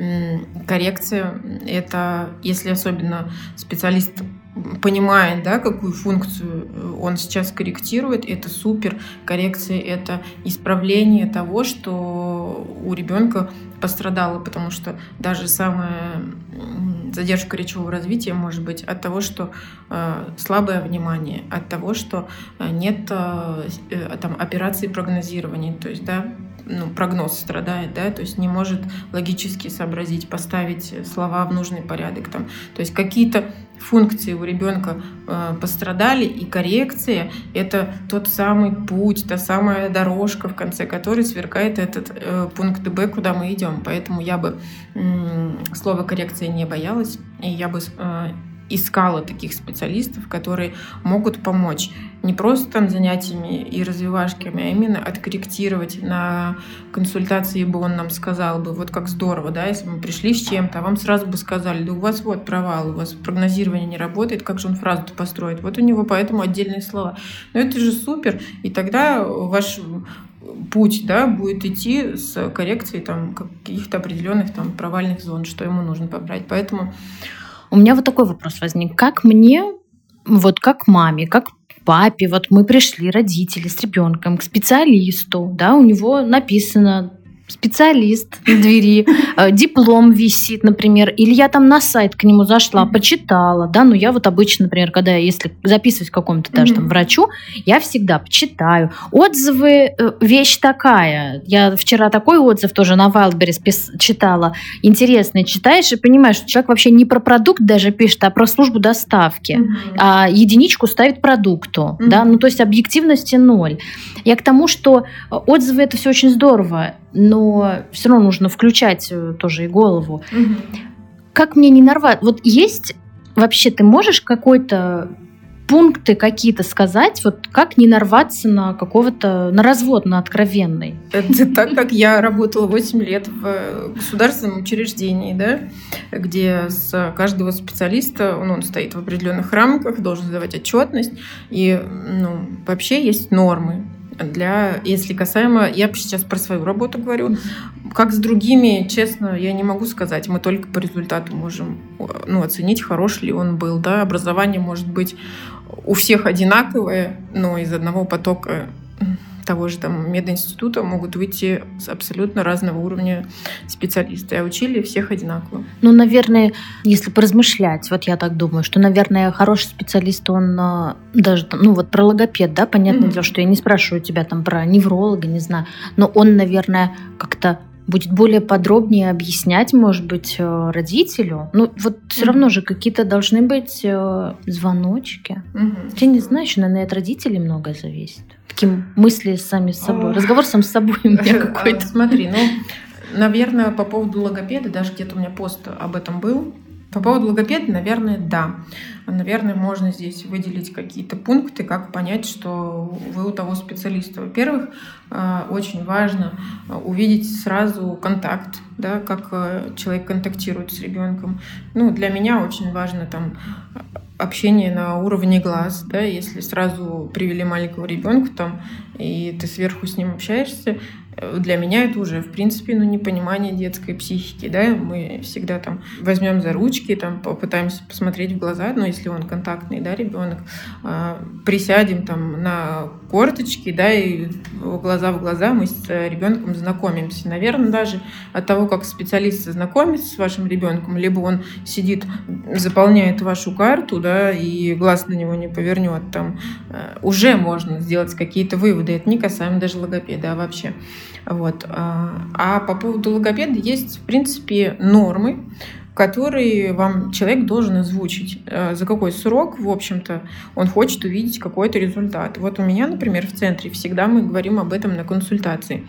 коррекция — это, если особенно специалист понимает, да, какую функцию он сейчас корректирует, это супер. Коррекция — это исправление того, что у ребенка пострадало, потому что даже самая задержка речевого развития может быть от того, что э, слабое внимание, от того, что нет э, там, операции прогнозирования, то есть, да, ну, прогноз страдает, да, то есть не может логически сообразить, поставить слова в нужный порядок. Там. То есть какие-то функции у ребенка э, пострадали, и коррекция — это тот самый путь, та самая дорожка, в конце которой сверкает этот э, пункт Б, куда мы идем. Поэтому я бы э, слова коррекция не боялась, и я бы э, искала таких специалистов, которые могут помочь не просто там занятиями и развивашками, а именно откорректировать на консультации, бы он нам сказал бы, вот как здорово, да, если мы пришли с чем-то, а вам сразу бы сказали, да у вас вот провал, у вас прогнозирование не работает, как же он фразу-то построит, вот у него поэтому отдельные слова. Но это же супер, и тогда ваш путь, да, будет идти с коррекцией там каких-то определенных там провальных зон, что ему нужно поправить. Поэтому у меня вот такой вопрос возник. Как мне, вот как маме, как папе, вот мы пришли, родители, с ребенком к специалисту, да, у него написано специалист на двери, диплом висит, например, или я там на сайт к нему зашла, почитала, да, но я вот обычно, например, когда я, если записываюсь к какому-то даже там врачу, я всегда почитаю. Отзывы, вещь такая. Я вчера такой отзыв тоже на Wildberries читала, интересный, читаешь и понимаешь, что человек вообще не про продукт даже пишет, а про службу доставки, mm-hmm. а единичку ставит продукту, mm-hmm. да, ну то есть объективности ноль. Я к тому, что отзывы — это все очень здорово, но все равно нужно включать тоже и голову. Угу. Как мне не нарвать? Вот есть вообще, ты можешь какой-то пункты какие-то сказать, вот как не нарваться на какого-то, на развод, на откровенный? Это так, как я работала восемь лет в государственном учреждении, да, где с каждого специалиста, он, он стоит в определенных рамках, должен сдавать отчетность, и ну, вообще есть нормы. Для, если касаемо, я сейчас про свою работу говорю, как с другими, честно, я не могу сказать. Мы только по результату можем ну, оценить, хорош ли он был. Да? Образование может быть у всех одинаковое, но из одного потока того же там мединститута могут выйти с абсолютно разного уровня специалисты, а учили всех одинаково. Ну, наверное, если поразмышлять, вот я так думаю, что, наверное, хороший специалист, он даже, ну, вот про логопед, да, понятное mm-hmm. дело, что я не спрашиваю тебя там про невролога, не знаю, но он, наверное, как-то будет более подробнее объяснять, может быть, родителю. Ну, вот mm-hmm. все равно же какие-то должны быть звоночки. Mm-hmm. Я не знаю, еще, наверное, от родителей многое зависит. Такие мысли сами с собой. Разговор сам с собой у меня какой-то. Смотри, ну, наверное, по поводу логопеда, даже где-то у меня пост об этом был. По поводу логопеда, наверное, да. Наверное, можно здесь выделить какие-то пункты, как понять, что вы у того специалиста. Во-первых, очень важно увидеть сразу контакт, да, как человек контактирует с ребенком. Ну, для меня очень важно там общение на уровне глаз, да, если сразу привели маленького ребенка там, и ты сверху с ним общаешься, для меня это уже, в принципе, ну, непонимание детской психики, да, мы всегда там возьмем за ручки, там попытаемся посмотреть в глаза, но если он контактный, да, ребенок, присядем там на корточки, да, и глаза в глаза мы с ребенком знакомимся. Наверное, даже от того, как специалист знакомится с вашим ребенком, либо он сидит, заполняет вашу карту, да, и глаз на него не повернет, там уже можно сделать какие-то выводы. Это не касаемо даже логопеда, а вообще. Вот. А по поводу логопеда есть, в принципе, нормы, которые вам человек должен озвучить. За какой срок, в общем-то, он хочет увидеть какой-то результат. Вот у меня, например, в центре всегда мы говорим об этом на консультации.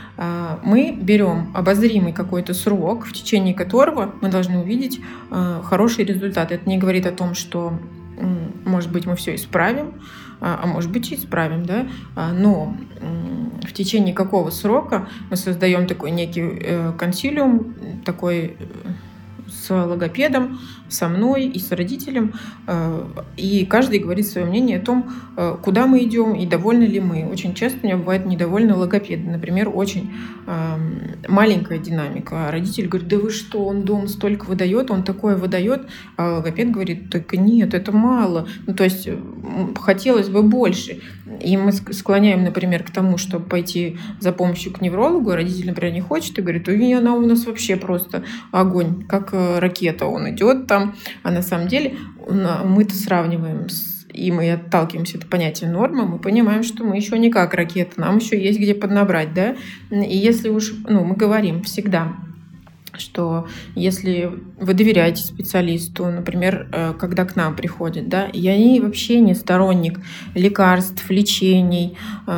Мы берем обозримый какой-то срок, в течение которого мы должны увидеть хороший результат. Это не говорит о том, что, может быть, мы все исправим, а, а может быть, и исправим, да, но в течение какого срока мы создаем такой некий консилиум, такой с логопедом, со мной и с родителем, и каждый говорит свое мнение о том, куда мы идем и довольны ли мы. Очень часто у меня бывает недовольны логопеды. Например, очень маленькая динамика. Родитель говорит: да вы что, он дома столько выдает, он такое выдает, а логопед говорит: только нет, это мало. Ну, то есть хотелось бы больше. И мы склоняем, например, к тому, чтобы пойти за помощью к неврологу, а родитель, например, не хочет и говорит: ой, она у нас вообще просто огонь, как ракета, он идет там. А на самом деле мы-то сравниваем с и мы отталкиваемся от понятия нормы, мы понимаем, что мы еще не как ракета, нам еще есть где поднабрать, да. И если уж, ну, мы говорим всегда, что если вы доверяете специалисту, например, когда к нам приходят, да, я не, вообще не сторонник лекарств, лечений,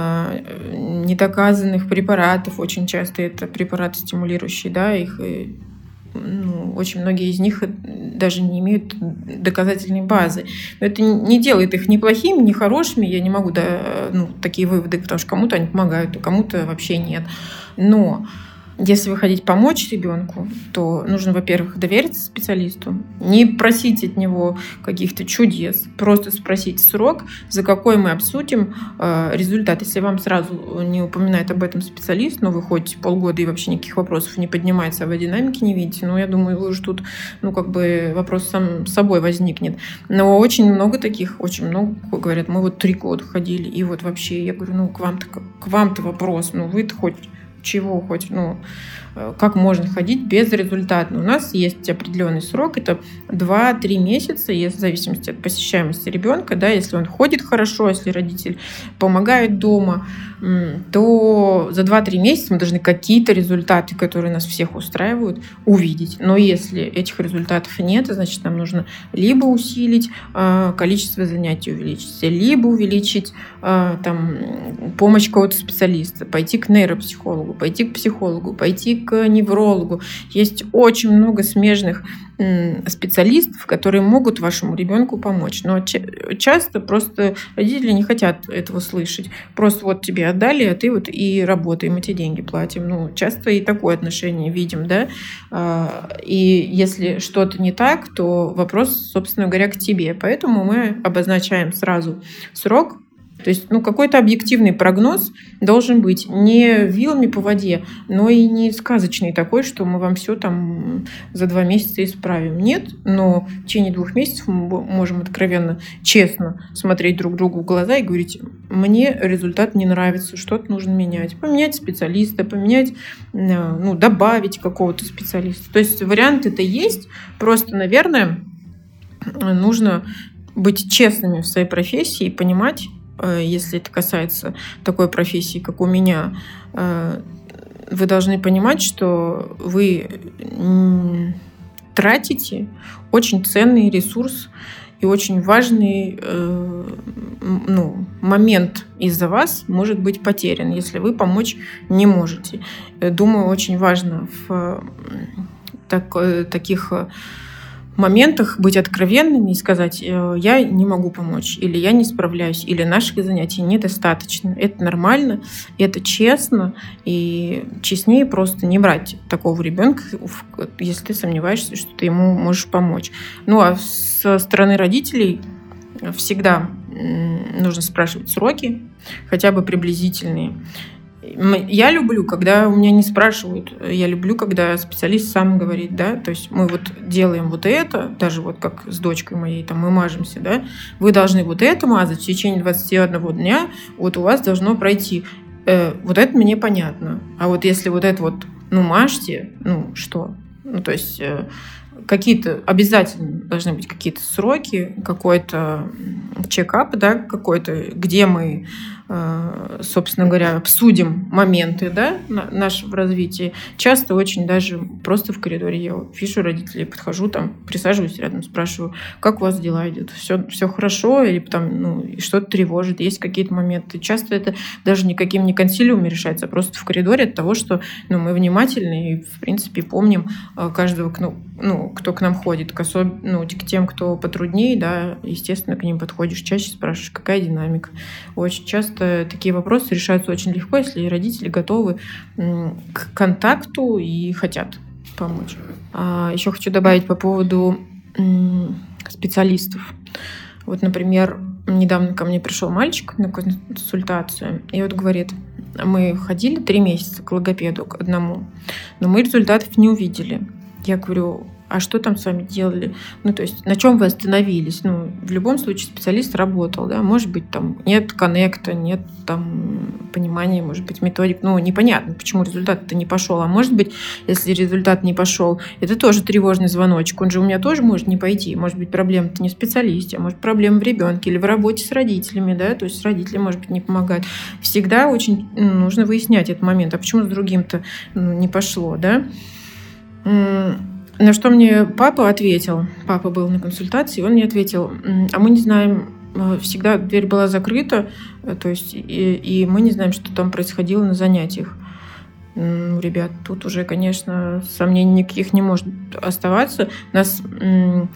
недоказанных препаратов, очень часто это препараты стимулирующие, да, их, ну, очень многие из них даже не имеют доказательной базы. Но это не делает их ни плохими, ни хорошими. Я не могу, да, ну, такие выводы, потому что кому-то они помогают, а кому-то вообще нет. Но если вы хотите помочь ребенку, то нужно, во-первых, довериться специалисту, не просить от него каких-то чудес, просто спросить срок, за какой мы обсудим э, результат. Если вам сразу не упоминает об этом специалист, но вы ходите полгода и вообще никаких вопросов не поднимается, а вы динамики не видите, ну, я думаю, вы уже тут, ну, как бы вопрос сам собой возникнет. Но очень много таких, очень много говорят: мы вот три года ходили, и вот вообще, я говорю, ну, к вам-то, к вам-то вопрос, ну, вы-то хоть чего хоть, ну, как можно ходить безрезультатно. У нас есть определенный срок, это два-три месяца, и в зависимости от посещаемости ребенка, да, если он ходит хорошо, если родитель помогает дома, то за два-три месяца мы должны какие-то результаты, которые нас всех устраивают, увидеть. Но если этих результатов нет, значит, нам нужно либо усилить количество занятий, увеличить, либо увеличить там помощь какого-то специалиста, пойти к нейропсихологу, пойти к психологу, пойти к неврологу. Есть очень много смежных специалистов, которые могут вашему ребенку помочь. Но часто просто родители не хотят этого слышать. Просто вот тебе отдали, а ты вот и работай, мы тебе деньги платим. Ну, часто и такое отношение видим, да. И если что-то не так, то вопрос, собственно говоря, к тебе. Поэтому мы обозначаем сразу срок. То есть, ну, какой-то объективный прогноз должен быть не вилами по воде, но и не сказочный такой, что мы вам все там за два месяца исправим. Нет, но в течение двух месяцев мы можем откровенно, честно смотреть друг другу в глаза и говорить: мне результат не нравится, что-то нужно менять. Поменять специалиста, поменять, ну, добавить какого-то специалиста. То есть варианты-то есть, просто, наверное, нужно быть честными в своей профессии и понимать, если это касается такой профессии, как у меня, вы должны понимать, что вы тратите очень ценный ресурс и очень важный ну, момент из-за вас может быть потерян, если вы помочь не можете. Думаю, очень важно в так, таких моментах быть откровенными и сказать: я не могу помочь, или я не справляюсь, или наших занятий недостаточно. Это нормально, это честно, и честнее просто не брать такого ребенка, если ты сомневаешься, что ты ему можешь помочь. Ну а со стороны родителей всегда нужно спрашивать сроки, хотя бы приблизительные. Я люблю, когда у меня не спрашивают. Я люблю, когда специалист сам говорит, да, то есть мы вот делаем вот это, даже вот как с дочкой моей, там мы мажемся, да, вы должны вот это мазать в течение двадцати одного дня, вот у вас должно пройти. Э, вот это мне понятно. А вот если вот это вот, ну, мажьте, ну, что? Ну, то есть э, какие-то обязательно должны быть какие-то сроки, какой-то чекап, да, какой-то, где мы, собственно говоря, обсудим моменты, да, нашего развития. Часто очень даже просто в коридоре я вижу родителей, подхожу, там, присаживаюсь рядом, спрашиваю: как у вас дела идут? Все, все хорошо? Или там, ну, что-то тревожит? Есть какие-то моменты? Часто это даже никаким не консилиумом решается, а просто в коридоре от того, что, ну, мы внимательны и, в принципе, помним каждого, ну, кто к нам ходит, к, особ... ну, к тем, кто потруднее, да, естественно, к ним подходит приходишь, чаще спрашиваешь, какая динамика. Очень часто такие вопросы решаются очень легко, если родители готовы к контакту и хотят помочь. А еще хочу добавить по поводу специалистов. Вот, например, недавно ко мне пришел мальчик на консультацию, и вот говорит, мы ходили три месяца к логопеду, к одному, но мы результатов не увидели. Я говорю, а что там с вами делали? Ну, то есть, на чем вы остановились? Ну, в любом случае, специалист работал, да, может быть, там нет коннекта, нет там понимания, может быть, методик. Ну, непонятно, почему результат-то не пошел. А может быть, если результат не пошел, это тоже тревожный звоночек. Он же у меня тоже может не пойти. Может быть, проблема-то не в специалисте, а может, проблема в ребенке или в работе с родителями, да, то есть родители, может быть, не помогают. Всегда очень нужно выяснять этот момент. А почему с другим-то не пошло, да? На что мне папа ответил, папа был на консультации, он мне ответил, а мы не знаем, всегда дверь была закрыта, то есть и, и мы не знаем, что там происходило на занятиях. Ну, ребят, тут уже, конечно, сомнений никаких не может оставаться. Нас м,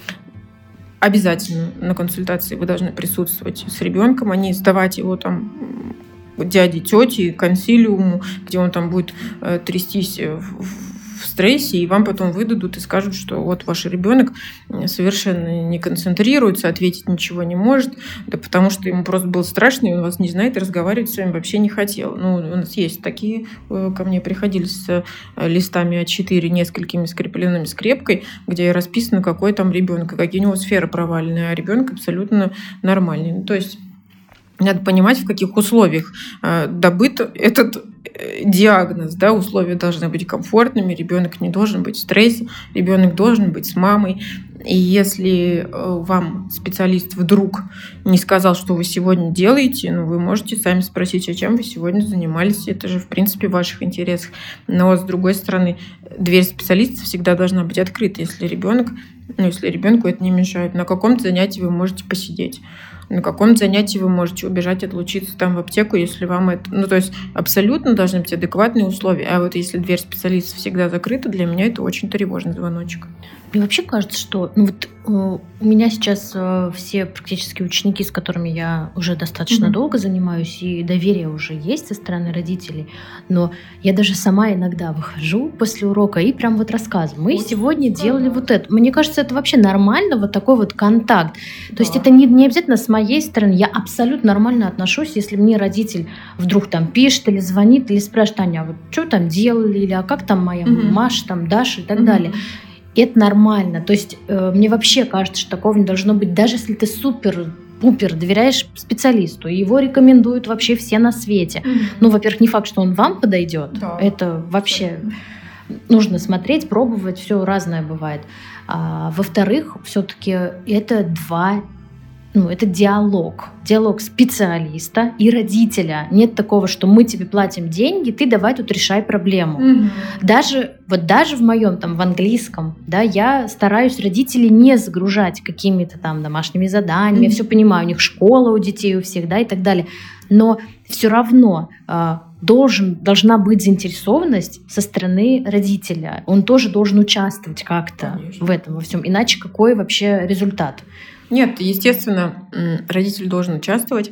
обязательно на консультации вы должны присутствовать с ребенком, а не сдавать его там дяде, тете, консилиуму, где он там будет э, трястись в, в стрессе, и вам потом выдадут и скажут, что вот ваш ребенок совершенно не концентрируется, ответить ничего не может, да потому что ему просто было страшно, и он вас не знает, и разговаривать с вами вообще не хотел. Ну, у нас есть такие, ко мне приходили с листами а четыре, несколькими скрепленными скрепкой, где расписано, какой там ребенок, и какие у него сферы проваленные, а ребенок абсолютно нормальный. Ну, то есть надо понимать, в каких условиях добыт этот диагноз. Да? Условия должны быть комфортными, ребенок не должен быть в стрессе, ребенок должен быть с мамой. И если вам специалист вдруг не сказал, что вы сегодня делаете, ну, вы можете сами спросить, а чем вы сегодня занимались. Это же, в принципе, в ваших интересах. Но, с другой стороны, дверь специалиста всегда должна быть открыта, если ребенок, ну, если ребенку это не мешает. На каком-то занятии вы можете посидеть. На каком занятии вы можете убежать, отлучиться там в аптеку, если вам это... Ну, то есть абсолютно должны быть адекватные условия. А вот если дверь специалиста всегда закрыта, для меня это очень тревожный звоночек. Мне вообще кажется, что ну вот, э, у меня сейчас э, все практически ученики, с которыми я уже достаточно mm-hmm. долго занимаюсь, и доверие уже есть со стороны родителей, но я даже сама иногда выхожу после урока и прям вот рассказываю. Мы Очень сегодня здорово. делали вот это. Мне кажется, это вообще нормально, вот такой вот контакт. Да. То есть это не, не обязательно с моей стороны. Я абсолютно нормально отношусь, если мне родитель вдруг там пишет или звонит, или спрашивает, Таня, а вот что там делали, или а как там моя mm-hmm. Маша, там Даша и так mm-hmm. далее. И это нормально. То есть э, мне вообще кажется, что такого не должно быть. Даже если ты супер-пупер доверяешь специалисту, его рекомендуют вообще все на свете. Mm-hmm. Ну, во-первых, не факт, что он вам подойдет. Да. Это вообще нужно смотреть, пробовать. Все разное бывает. А, во-вторых, все-таки это два... Ну, это диалог. Диалог специалиста и родителя. Нет такого, что мы тебе платим деньги, ты давай тут решай проблему. Mm-hmm. Даже, вот даже в моем, там, в английском, да, я стараюсь родителей не загружать какими-то там домашними заданиями. Mm-hmm. Я все понимаю, у них школа у детей у всех, да, и так далее. Но все равно э, должен, должна быть заинтересованность со стороны родителя. Он тоже должен участвовать как-то Конечно. в этом во всем. Иначе какой вообще результат? Нет, естественно, родитель должен участвовать.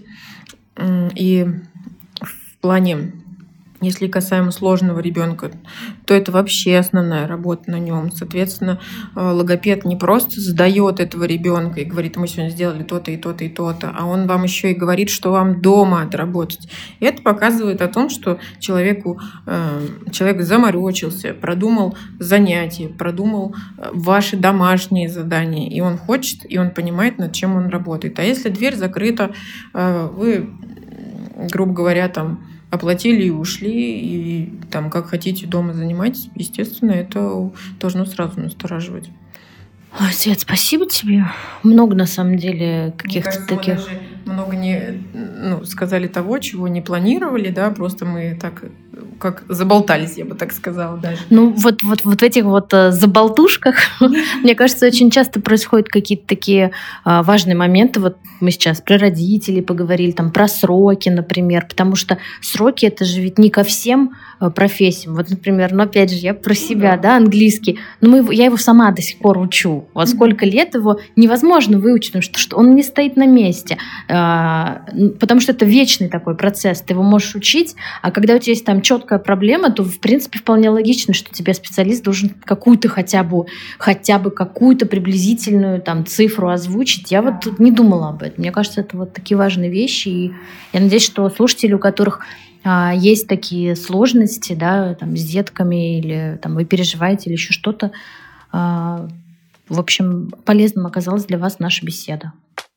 И в плане, если касаемо сложного ребенка, то это вообще основная работа на нем. Соответственно, логопед не просто задает этого ребенка и говорит, мы сегодня сделали то-то и то-то и то-то, а он вам еще и говорит, что вам дома отработать. И это показывает о том, что человеку, человек заморочился, продумал занятия, продумал ваши домашние задания, и он хочет, и он понимает, над чем он работает. А если дверь закрыта, вы, грубо говоря, там оплатили и ушли, и там как хотите дома занимайтесь, естественно, это должно сразу настораживать. Ой, Свет, спасибо тебе. Много, на самом деле, каких-то Мне кажется, таких... Мы даже много не ну, сказали того, чего не планировали, да, просто мы так как заболтались, я бы так сказала даже. Ну, вот, вот, вот в этих вот uh, заболтушках, мне кажется, очень часто происходят какие-то такие uh, важные моменты. Вот мы сейчас про родителей поговорили, там, про сроки, например, потому что сроки — это же ведь не ко всем профессиям. Вот, например, ну, опять же, я про себя, да, английский. Но мы, его- я его сама до сих пор учу. Вот сколько лет его невозможно выучить, потому что, что он не стоит на месте. А, н- потому что это вечный такой процесс. Ты его можешь учить, а когда у тебя есть там четкая проблема, то, в принципе, вполне логично, что тебе специалист должен какую-то хотя бы, хотя бы какую-то приблизительную там цифру озвучить. Я вот тут не думала об этом. Мне кажется, это вот такие важные вещи. И я надеюсь, что слушатели, у которых а, есть такие сложности, да, там, с детками, или там, вы переживаете, или еще что-то, а, в общем, полезным оказалась для вас наша беседа.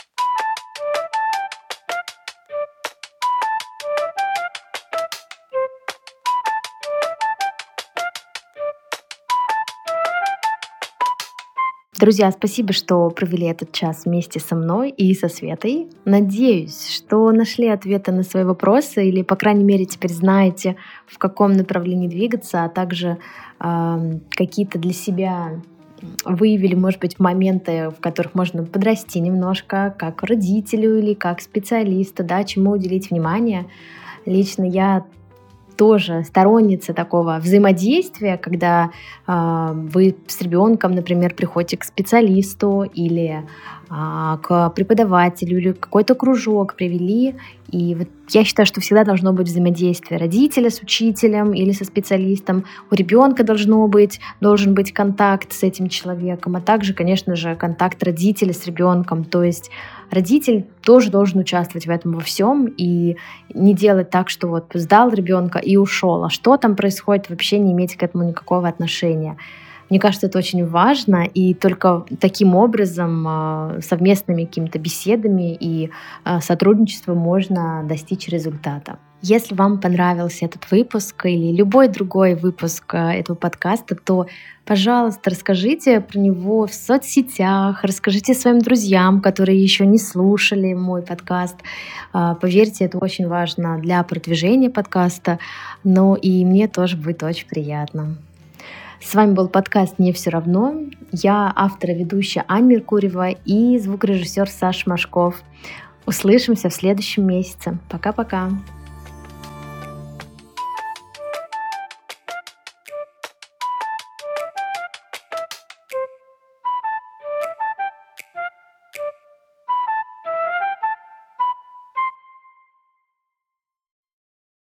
Друзья, спасибо, что провели этот час вместе со мной и со Светой. Надеюсь, что нашли ответы на свои вопросы или, по крайней мере, теперь знаете, в каком направлении двигаться, а также э, какие-то для себя выявили, может быть, моменты, в которых можно подрасти немножко, как родителю или как специалисту, да, чему уделить внимание. Лично я тоже сторонница такого взаимодействия, когда э, вы с ребенком, например, приходите к специалисту или э, к преподавателю или какой-то кружок привели. И вот я считаю, что всегда должно быть взаимодействие родителя с учителем или со специалистом. У ребенка должно быть, должен быть контакт с этим человеком, а также, конечно же, контакт родителя с ребенком. То есть родитель тоже должен участвовать в этом во всем и не делать так, что вот сдал ребенка и ушел. А что там происходит, вообще не иметь к этому никакого отношения. Мне кажется, это очень важно, и только таким образом, э, совместными какими-то беседами и э, сотрудничеством можно достичь результата. Если вам понравился этот выпуск или любой другой выпуск э, этого подкаста, то, пожалуйста, расскажите про него в соцсетях, расскажите своим друзьям, которые еще не слушали мой подкаст. Э, Поверьте, это очень важно для продвижения подкаста, но и мне тоже будет очень приятно. С вами был подкаст «Не все равно». Я автор и ведущая Аня Меркурьева и звукорежиссер Саша Машков. Услышимся в следующем месяце. Пока-пока.